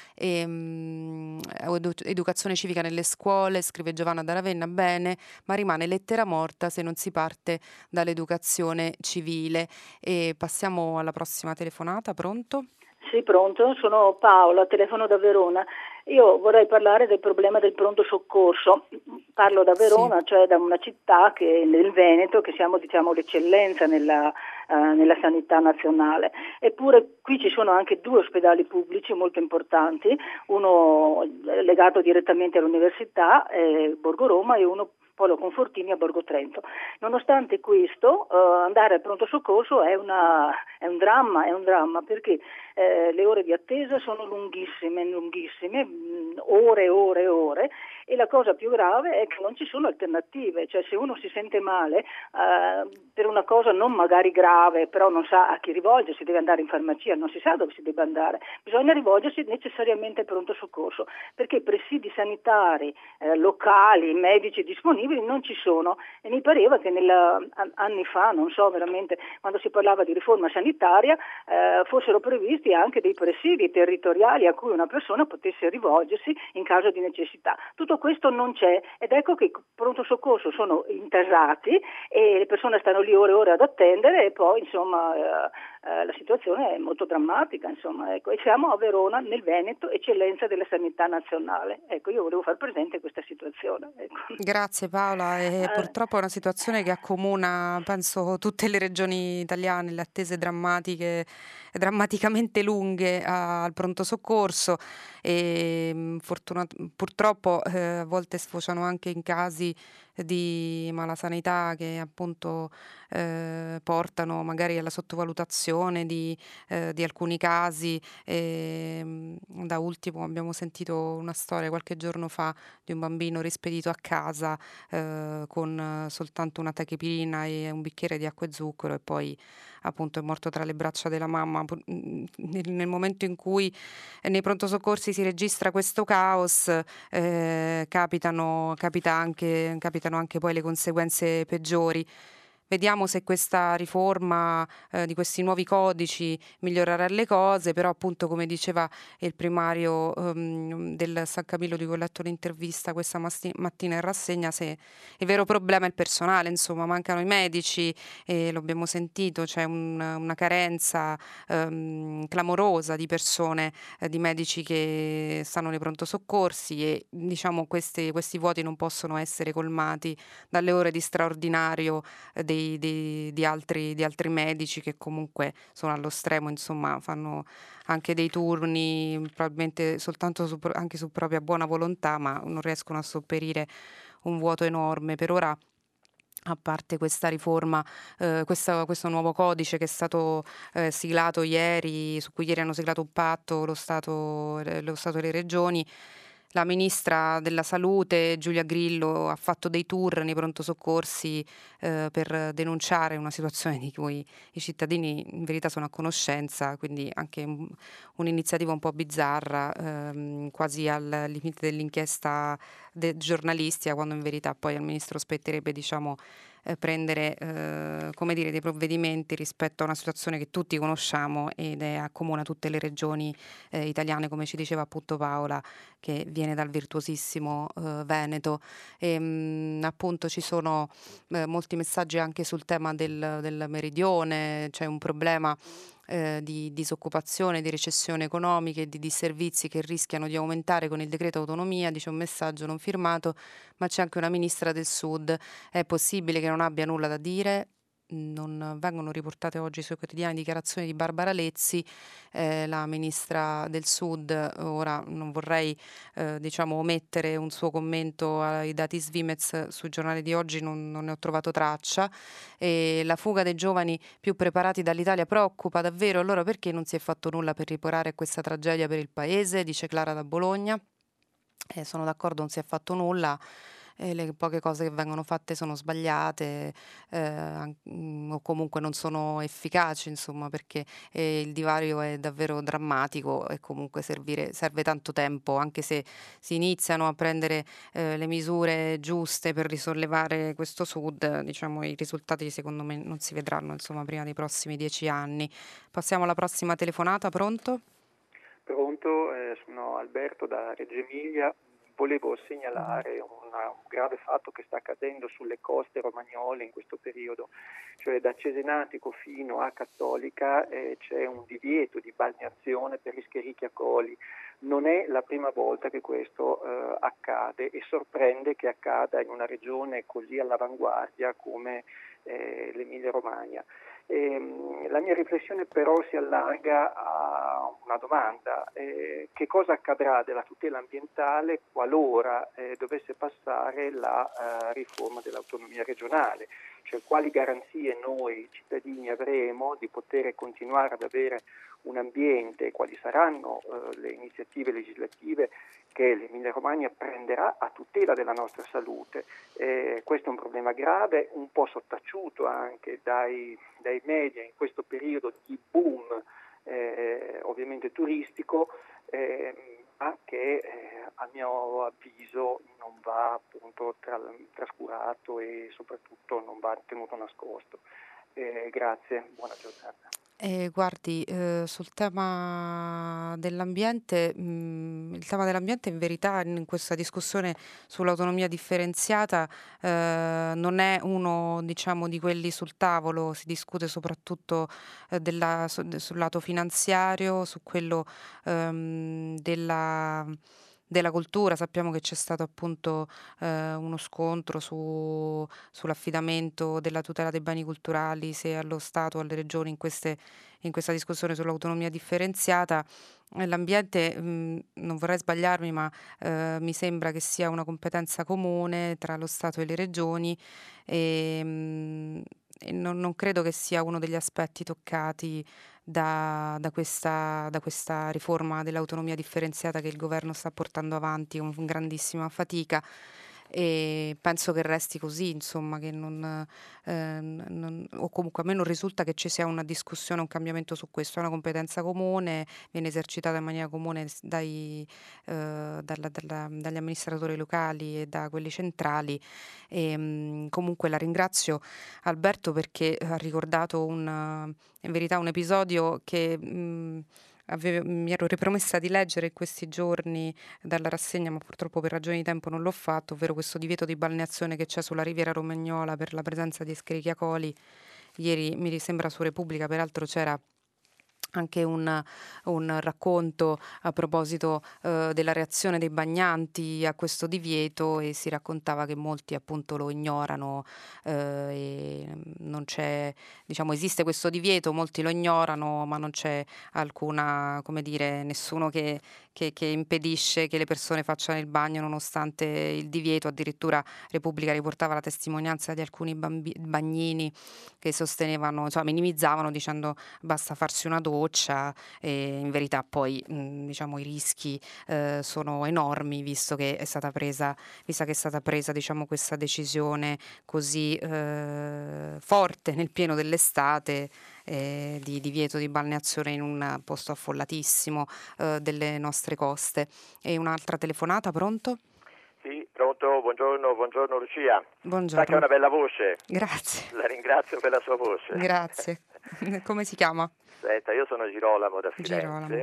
Educazione civica nelle scuole, scrive Giovanna da Ravenna, bene, ma rimane lettera morta se non si parte dall'educazione civile. E passiamo alla prossima telefonata, pronto? Sì, pronto, sono Paola, telefono da Verona. Io vorrei parlare del problema del pronto soccorso. Parlo da Verona, cioè da una città che nel Veneto, che siamo l'eccellenza nella sanità nazionale. Eppure qui ci sono anche 2 ospedali pubblici molto importanti, uno legato direttamente all'università, Borgo Roma, e uno Polo Confortini a Borgo Trento. Nonostante questo, andare al pronto soccorso è un dramma perché le ore di attesa sono lunghissime, ore, e la cosa più grave è che non ci sono alternative, cioè se uno si sente male per una cosa non magari grave, però non sa a chi rivolgersi, deve andare in farmacia, non si sa dove si deve andare, bisogna rivolgersi necessariamente al pronto soccorso, perché presidi sanitari locali, medici disponibili non ci sono, e mi pareva che anni fa, non so veramente, quando si parlava di riforma sanitaria fossero previsti anche dei presidi territoriali a cui una persona potesse rivolgersi in caso di necessità. Tutto questo non c'è, ed ecco che i pronto soccorso sono interrati e le persone stanno lì ore e ore ad attendere, e poi insomma la situazione è molto drammatica, insomma, ecco. E siamo a Verona, nel Veneto, eccellenza della sanità nazionale. Ecco, io volevo far presente questa situazione. Ecco. Grazie Paola, purtroppo è una situazione che accomuna, penso, tutte le regioni italiane, le attese drammaticamente lunghe al pronto soccorso, e purtroppo a volte sfociano anche in casi di malasanità che appunto portano magari alla sottovalutazione di alcuni casi. Da ultimo abbiamo sentito una storia qualche giorno fa di un bambino rispedito a casa con soltanto una tachipirina e un bicchiere di acqua e zucchero, e poi appunto è morto tra le braccia della mamma. Nel momento in cui nei pronto soccorsi si registra questo caos, capitano anche poi le conseguenze peggiori. Vediamo se questa riforma di questi nuovi codici migliorerà le cose, però appunto, come diceva il primario del San Camillo di cui ho letto l'intervista questa mattina in rassegna, se il vero problema è il personale, insomma mancano i medici, e lo abbiamo sentito, c'è una carenza clamorosa di persone, di medici che stanno nei pronto soccorsi, e diciamo questi vuoti non possono essere colmati dalle ore di straordinario di altri medici, che comunque sono allo stremo, insomma fanno anche dei turni probabilmente soltanto anche su propria buona volontà, ma non riescono a sopperire un vuoto enorme. Per ora, a parte questa riforma, questo nuovo codice che è stato siglato ieri, su cui ieri hanno siglato un patto lo Stato e le regioni, la ministra della Salute Giulia Grillo ha fatto dei tour nei pronto soccorsi per denunciare una situazione di cui i cittadini in verità sono a conoscenza, quindi anche un'iniziativa un po' bizzarra, quasi al limite dell'inchiesta giornalistica, quando in verità poi al ministro spetterebbe, diciamo, prendere dei provvedimenti rispetto a una situazione che tutti conosciamo ed accomuna tutte le regioni italiane, come ci diceva appunto Paola, che viene dal virtuosissimo Veneto. Appunto ci sono molti messaggi anche sul tema del meridione. C'è un problema di disoccupazione, di recessione economica e di disservizi che rischiano di aumentare con il decreto autonomia, dice un messaggio non firmato, ma c'è anche una ministra del Sud. È possibile che non abbia nulla da dire? Non vengono riportate oggi sui quotidiani dichiarazioni di Barbara Lezzi, la ministra del Sud. Ora non vorrei omettere un suo commento ai dati Svimez sul giornale di oggi, non ne ho trovato traccia. La fuga dei giovani più preparati dall'Italia preoccupa davvero. Allora perché non si è fatto nulla per riparare questa tragedia per il paese, dice Clara da Bologna. Sono d'accordo, non si è fatto nulla. le poche cose che vengono fatte sono sbagliate, o comunque non sono efficaci, insomma, perché il divario è davvero drammatico e comunque serve tanto tempo, anche se si iniziano a prendere le misure giuste per risollevare questo Sud, diciamo i risultati secondo me non si vedranno, insomma, prima dei prossimi 10 anni. Passiamo alla prossima telefonata, pronto? Pronto, sono Alberto da Reggio Emilia. Volevo segnalare un grave fatto che sta accadendo sulle coste romagnole in questo periodo, cioè da Cesenatico fino a Cattolica c'è un divieto di balneazione per Ischia-Coli. Non è la prima volta che questo accade e sorprende che accada in una regione così all'avanguardia come l'Emilia-Romagna. La mia riflessione però si allarga a una domanda: che cosa accadrà della tutela ambientale qualora dovesse passare la riforma dell'autonomia regionale? Cioè, quali garanzie noi cittadini avremo di poter continuare ad avere un ambiente, quali saranno le iniziative legislative che l'Emilia Romagna prenderà a tutela della nostra salute. Questo è un problema grave, un po' sottaciuto anche dai media in questo periodo di boom ovviamente turistico, ma che a mio avviso non va appunto trascurato e soprattutto non va tenuto nascosto. Grazie, buona giornata. Guardi, sul tema dell'ambiente, il tema dell'ambiente in verità in questa discussione sull'autonomia differenziata non è uno, diciamo, di quelli sul tavolo, si discute soprattutto sul lato finanziario, su quello della cultura. Sappiamo che c'è stato appunto uno scontro sull'affidamento della tutela dei beni culturali, se allo Stato o alle regioni in questa discussione sull'autonomia differenziata. L'ambiente, non vorrei sbagliarmi, ma mi sembra che sia una competenza comune tra lo Stato e le regioni e non credo che sia uno degli aspetti toccati da questa riforma dell'autonomia differenziata che il governo sta portando avanti con grandissima fatica, e penso che resti così, insomma, che o comunque a me non risulta che ci sia una discussione, un cambiamento su questo. È una competenza comune, viene esercitata in maniera comune dagli amministratori locali e da quelli centrali. Comunque la ringrazio, Alberto, perché ha ricordato in verità un episodio che mi ero ripromessa di leggere in questi giorni dalla rassegna, ma purtroppo per ragioni di tempo non l'ho fatto, ovvero questo divieto di balneazione che c'è sulla riviera romagnola per la presenza di Ischia-Coli. Ieri mi sembra su Repubblica, peraltro c'era anche un racconto a proposito della reazione dei bagnanti a questo divieto, e si raccontava che molti appunto lo ignorano, e non c'è, diciamo, esiste questo divieto, molti lo ignorano, ma non c'è alcuna, come dire, nessuno che impedisce che le persone facciano il bagno nonostante il divieto. Addirittura Repubblica riportava la testimonianza di alcuni bagnini che sostenevano, insomma, minimizzavano dicendo basta farsi una doccia, e in verità poi diciamo i rischi sono enormi, visto che è stata presa diciamo questa decisione così forte nel pieno dell'estate, di divieto di balneazione in un posto affollatissimo delle nostre coste. E un'altra telefonata, pronto? Sì, pronto, buongiorno Lucia. Buongiorno. Sa che ha una bella voce. Grazie. La ringrazio per la sua voce. Grazie. Come si chiama? Senta, io sono Girolamo da Firenze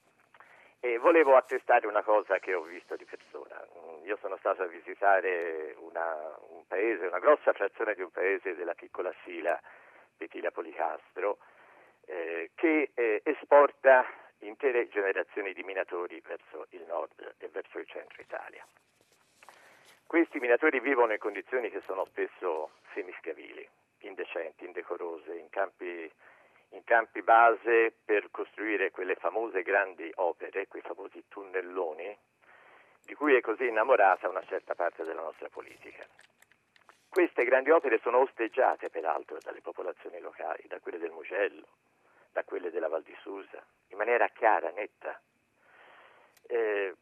e volevo attestare una cosa che ho visto di persona. Io sono stato a visitare un paese, una grossa frazione di un paese della piccola Sila, Petilia Policastro, che esporta intere generazioni di minatori verso il nord e verso il centro Italia. Questi minatori vivono in condizioni che sono spesso semischiavili, indecenti, indecorose, in campi base per costruire quelle famose grandi opere, quei famosi tunnelloni, di cui è così innamorata una certa parte della nostra politica. Queste grandi opere sono osteggiate peraltro dalle popolazioni locali, da quelle del Mugello, da quelle della Val di Susa, in maniera chiara, netta.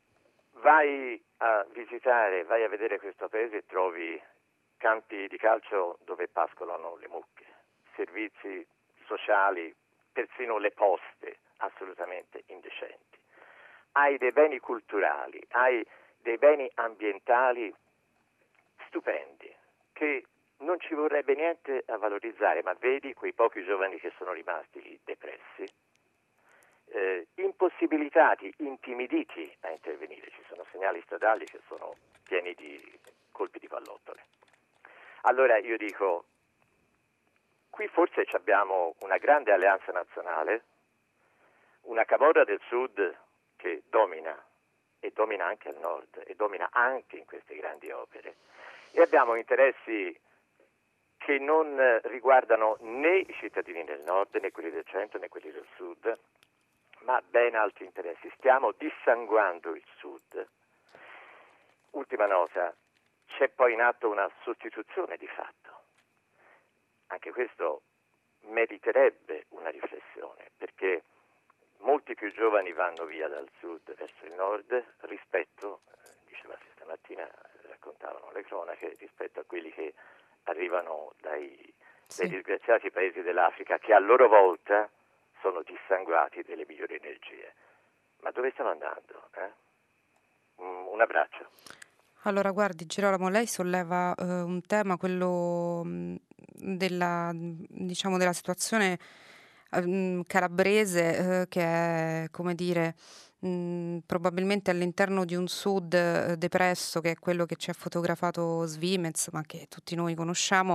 vai a vedere questo paese e trovi campi di calcio dove pascolano le mucche, servizi sociali, persino le poste assolutamente indecenti. Hai dei beni culturali, hai dei beni ambientali stupendi che non ci vorrebbe niente a valorizzare, ma vedi quei pochi giovani che sono rimasti lì depressi, impossibilitati, intimiditi a intervenire. Ci sono segnali stradali che sono pieni di colpi di pallottole. Allora io dico, qui forse abbiamo una grande alleanza nazionale, una camorra del sud che domina, e domina anche al nord, e domina anche in queste grandi opere, e abbiamo interessi che non riguardano né i cittadini del nord, né quelli del centro, né quelli del sud, ma ben altri interessi. Stiamo dissanguando il sud. Ultima nota, c'è poi in atto una sostituzione di fatto. Anche questo meriterebbe una riflessione, perché molti più giovani vanno via dal sud verso il nord rispetto, diceva stamattina, raccontavano le cronache, rispetto a quelli che arrivano dai disgraziati paesi dell'Africa, che a loro volta sono dissanguati delle migliori energie. Ma dove stiamo andando? Un abbraccio. Allora, guardi, Girolamo, lei solleva un tema, quello della situazione calabrese, che è, come dire, probabilmente all'interno di un sud depresso, che è quello che ci ha fotografato Svimez, ma che tutti noi conosciamo.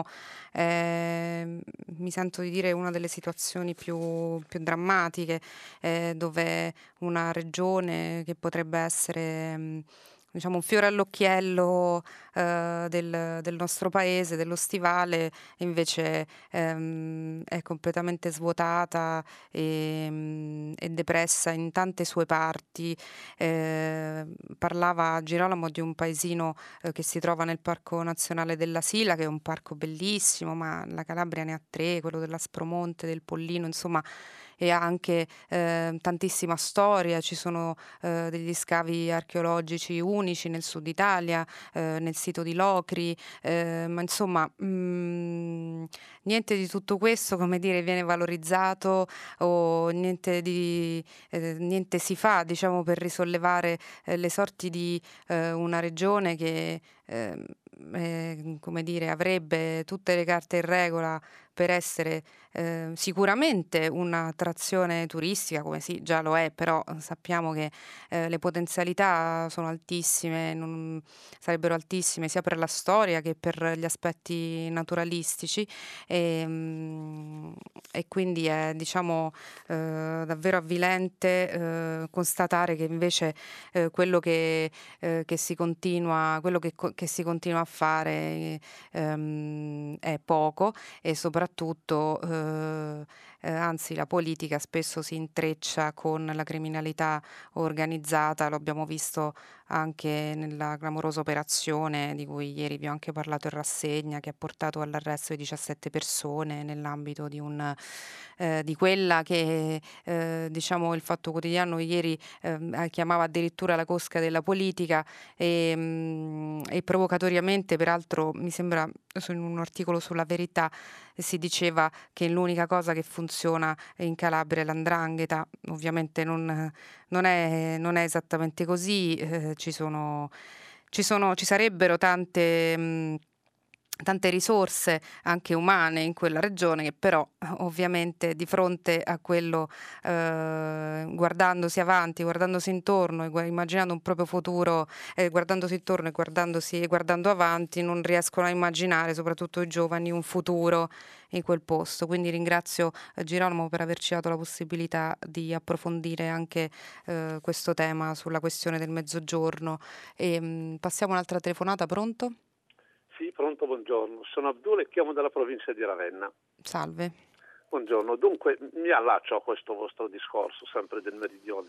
Mi sento di dire una delle situazioni più drammatiche, dove una regione che potrebbe essere un fiore all'occhiello del nostro paese, dello stivale, invece è completamente svuotata e depressa in tante sue parti. Parlava Girolamo di un paesino che si trova nel Parco Nazionale della Sila, che è un parco bellissimo, ma la Calabria ne ha 3, quello dell'Aspromonte, del Pollino, insomma, e ha anche tantissima storia. Ci sono degli scavi archeologici unici nel sud Italia, nel sito di Locri, ma insomma niente di tutto questo, come dire, viene valorizzato, o niente si fa, diciamo, per risollevare le sorti di una regione che come dire, avrebbe tutte le carte in regola per essere sicuramente un'attrazione turistica, come sì, già lo è, però sappiamo che le potenzialità sono altissime, sarebbero altissime sia per la storia che per gli aspetti naturalistici, e quindi è, diciamo, davvero avvilente constatare che invece quello che si continua a fare è poco, e soprattutto anzi la politica spesso si intreccia con la criminalità organizzata. Lo abbiamo visto anche nella clamorosa operazione di cui ieri vi ho anche parlato in rassegna, che ha portato all'arresto di 17 persone nell'ambito di quella che diciamo il Fatto Quotidiano ieri chiamava addirittura la cosca della politica, e provocatoriamente, peraltro, mi sembra in un articolo sulla Verità si diceva che l'unica cosa che funziona in Calabria è l''ndrangheta. Ovviamente non è esattamente così. Ci sarebbero tante risorse anche umane in quella regione, che però ovviamente di fronte a quello, guardandosi avanti, guardandosi intorno e immaginando un proprio futuro, guardandosi intorno e guardando avanti, non riescono a immaginare, soprattutto i giovani, un futuro in quel posto. Quindi ringrazio Girolamo per averci dato la possibilità di approfondire anche questo tema sulla questione del mezzogiorno. Passiamo un'altra telefonata. Pronto? Sì, pronto, buongiorno. Sono Abdul e chiamo dalla provincia di Ravenna. Salve. Buongiorno. Dunque, mi allaccio a questo vostro discorso, sempre del meridione.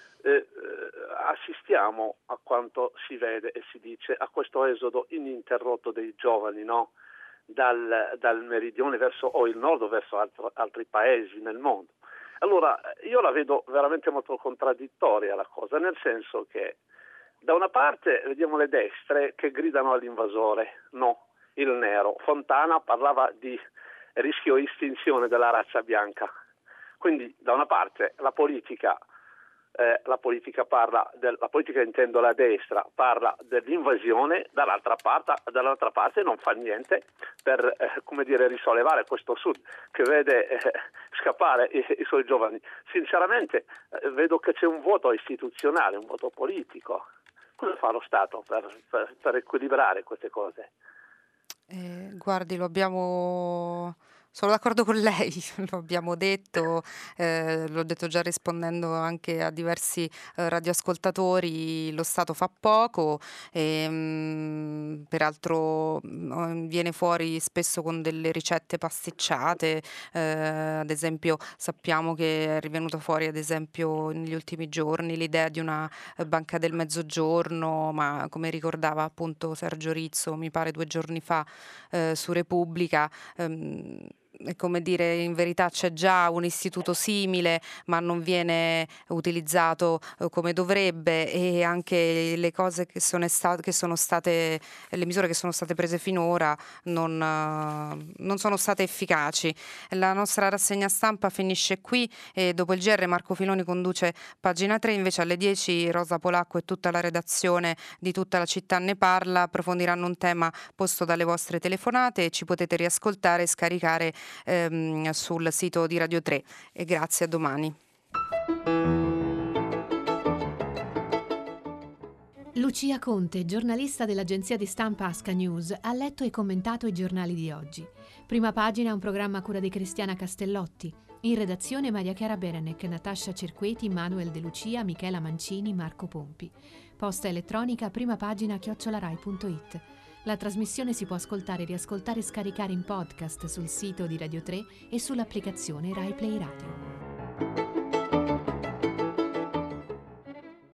Assistiamo a quanto si vede e si dice a questo esodo ininterrotto dei giovani, no? Dal meridione o il nord verso altri paesi nel mondo. Allora, io la vedo veramente molto contraddittoria la cosa, nel senso che Da una parte vediamo le destre che gridano all'invasore, no, il nero. Fontana parlava di rischio estinzione della razza bianca. Quindi da una parte la politica intendo la destra, parla dell'invasione, dall'altra parte non fa niente per risollevare questo Sud che vede scappare i suoi giovani. Sinceramente vedo che c'è un vuoto istituzionale, un vuoto politico. Cosa fa lo Stato per equilibrare queste cose? Guardi, sono d'accordo con lei, lo abbiamo detto, l'ho detto già rispondendo anche a diversi radioascoltatori, lo Stato fa poco e peraltro viene fuori spesso con delle ricette pasticciate, ad esempio sappiamo che è rivenuta fuori ad esempio negli ultimi giorni l'idea di una banca del mezzogiorno, ma come ricordava appunto Sergio Rizzo mi pare 2 giorni fa su Repubblica, è come dire, in verità c'è già un istituto simile ma non viene utilizzato come dovrebbe, e anche le cose le misure che sono state prese finora non sono state efficaci. La nostra rassegna stampa finisce qui e dopo il GR Marco Filoni conduce Pagina 3, invece alle 10 Rosa Polacco e tutta la redazione di Tutta la città ne parla approfondiranno un tema posto dalle vostre telefonate e ci potete riascoltare e scaricare sul sito di Radio 3 e grazie, a domani. Lucia Conte, giornalista dell'agenzia di stampa Asca News, ha letto e commentato i giornali di oggi. Prima pagina, un programma a cura di Cristiana Castellotti. In redazione Maria Chiara Berenec, Natascia Cerqueti, Manuel De Lucia, Michela Mancini, Marco Pompi. Posta elettronica primapagina@rai.it. La trasmissione si può ascoltare, riascoltare e scaricare in podcast sul sito di Radio 3 e sull'applicazione Rai Play Radio.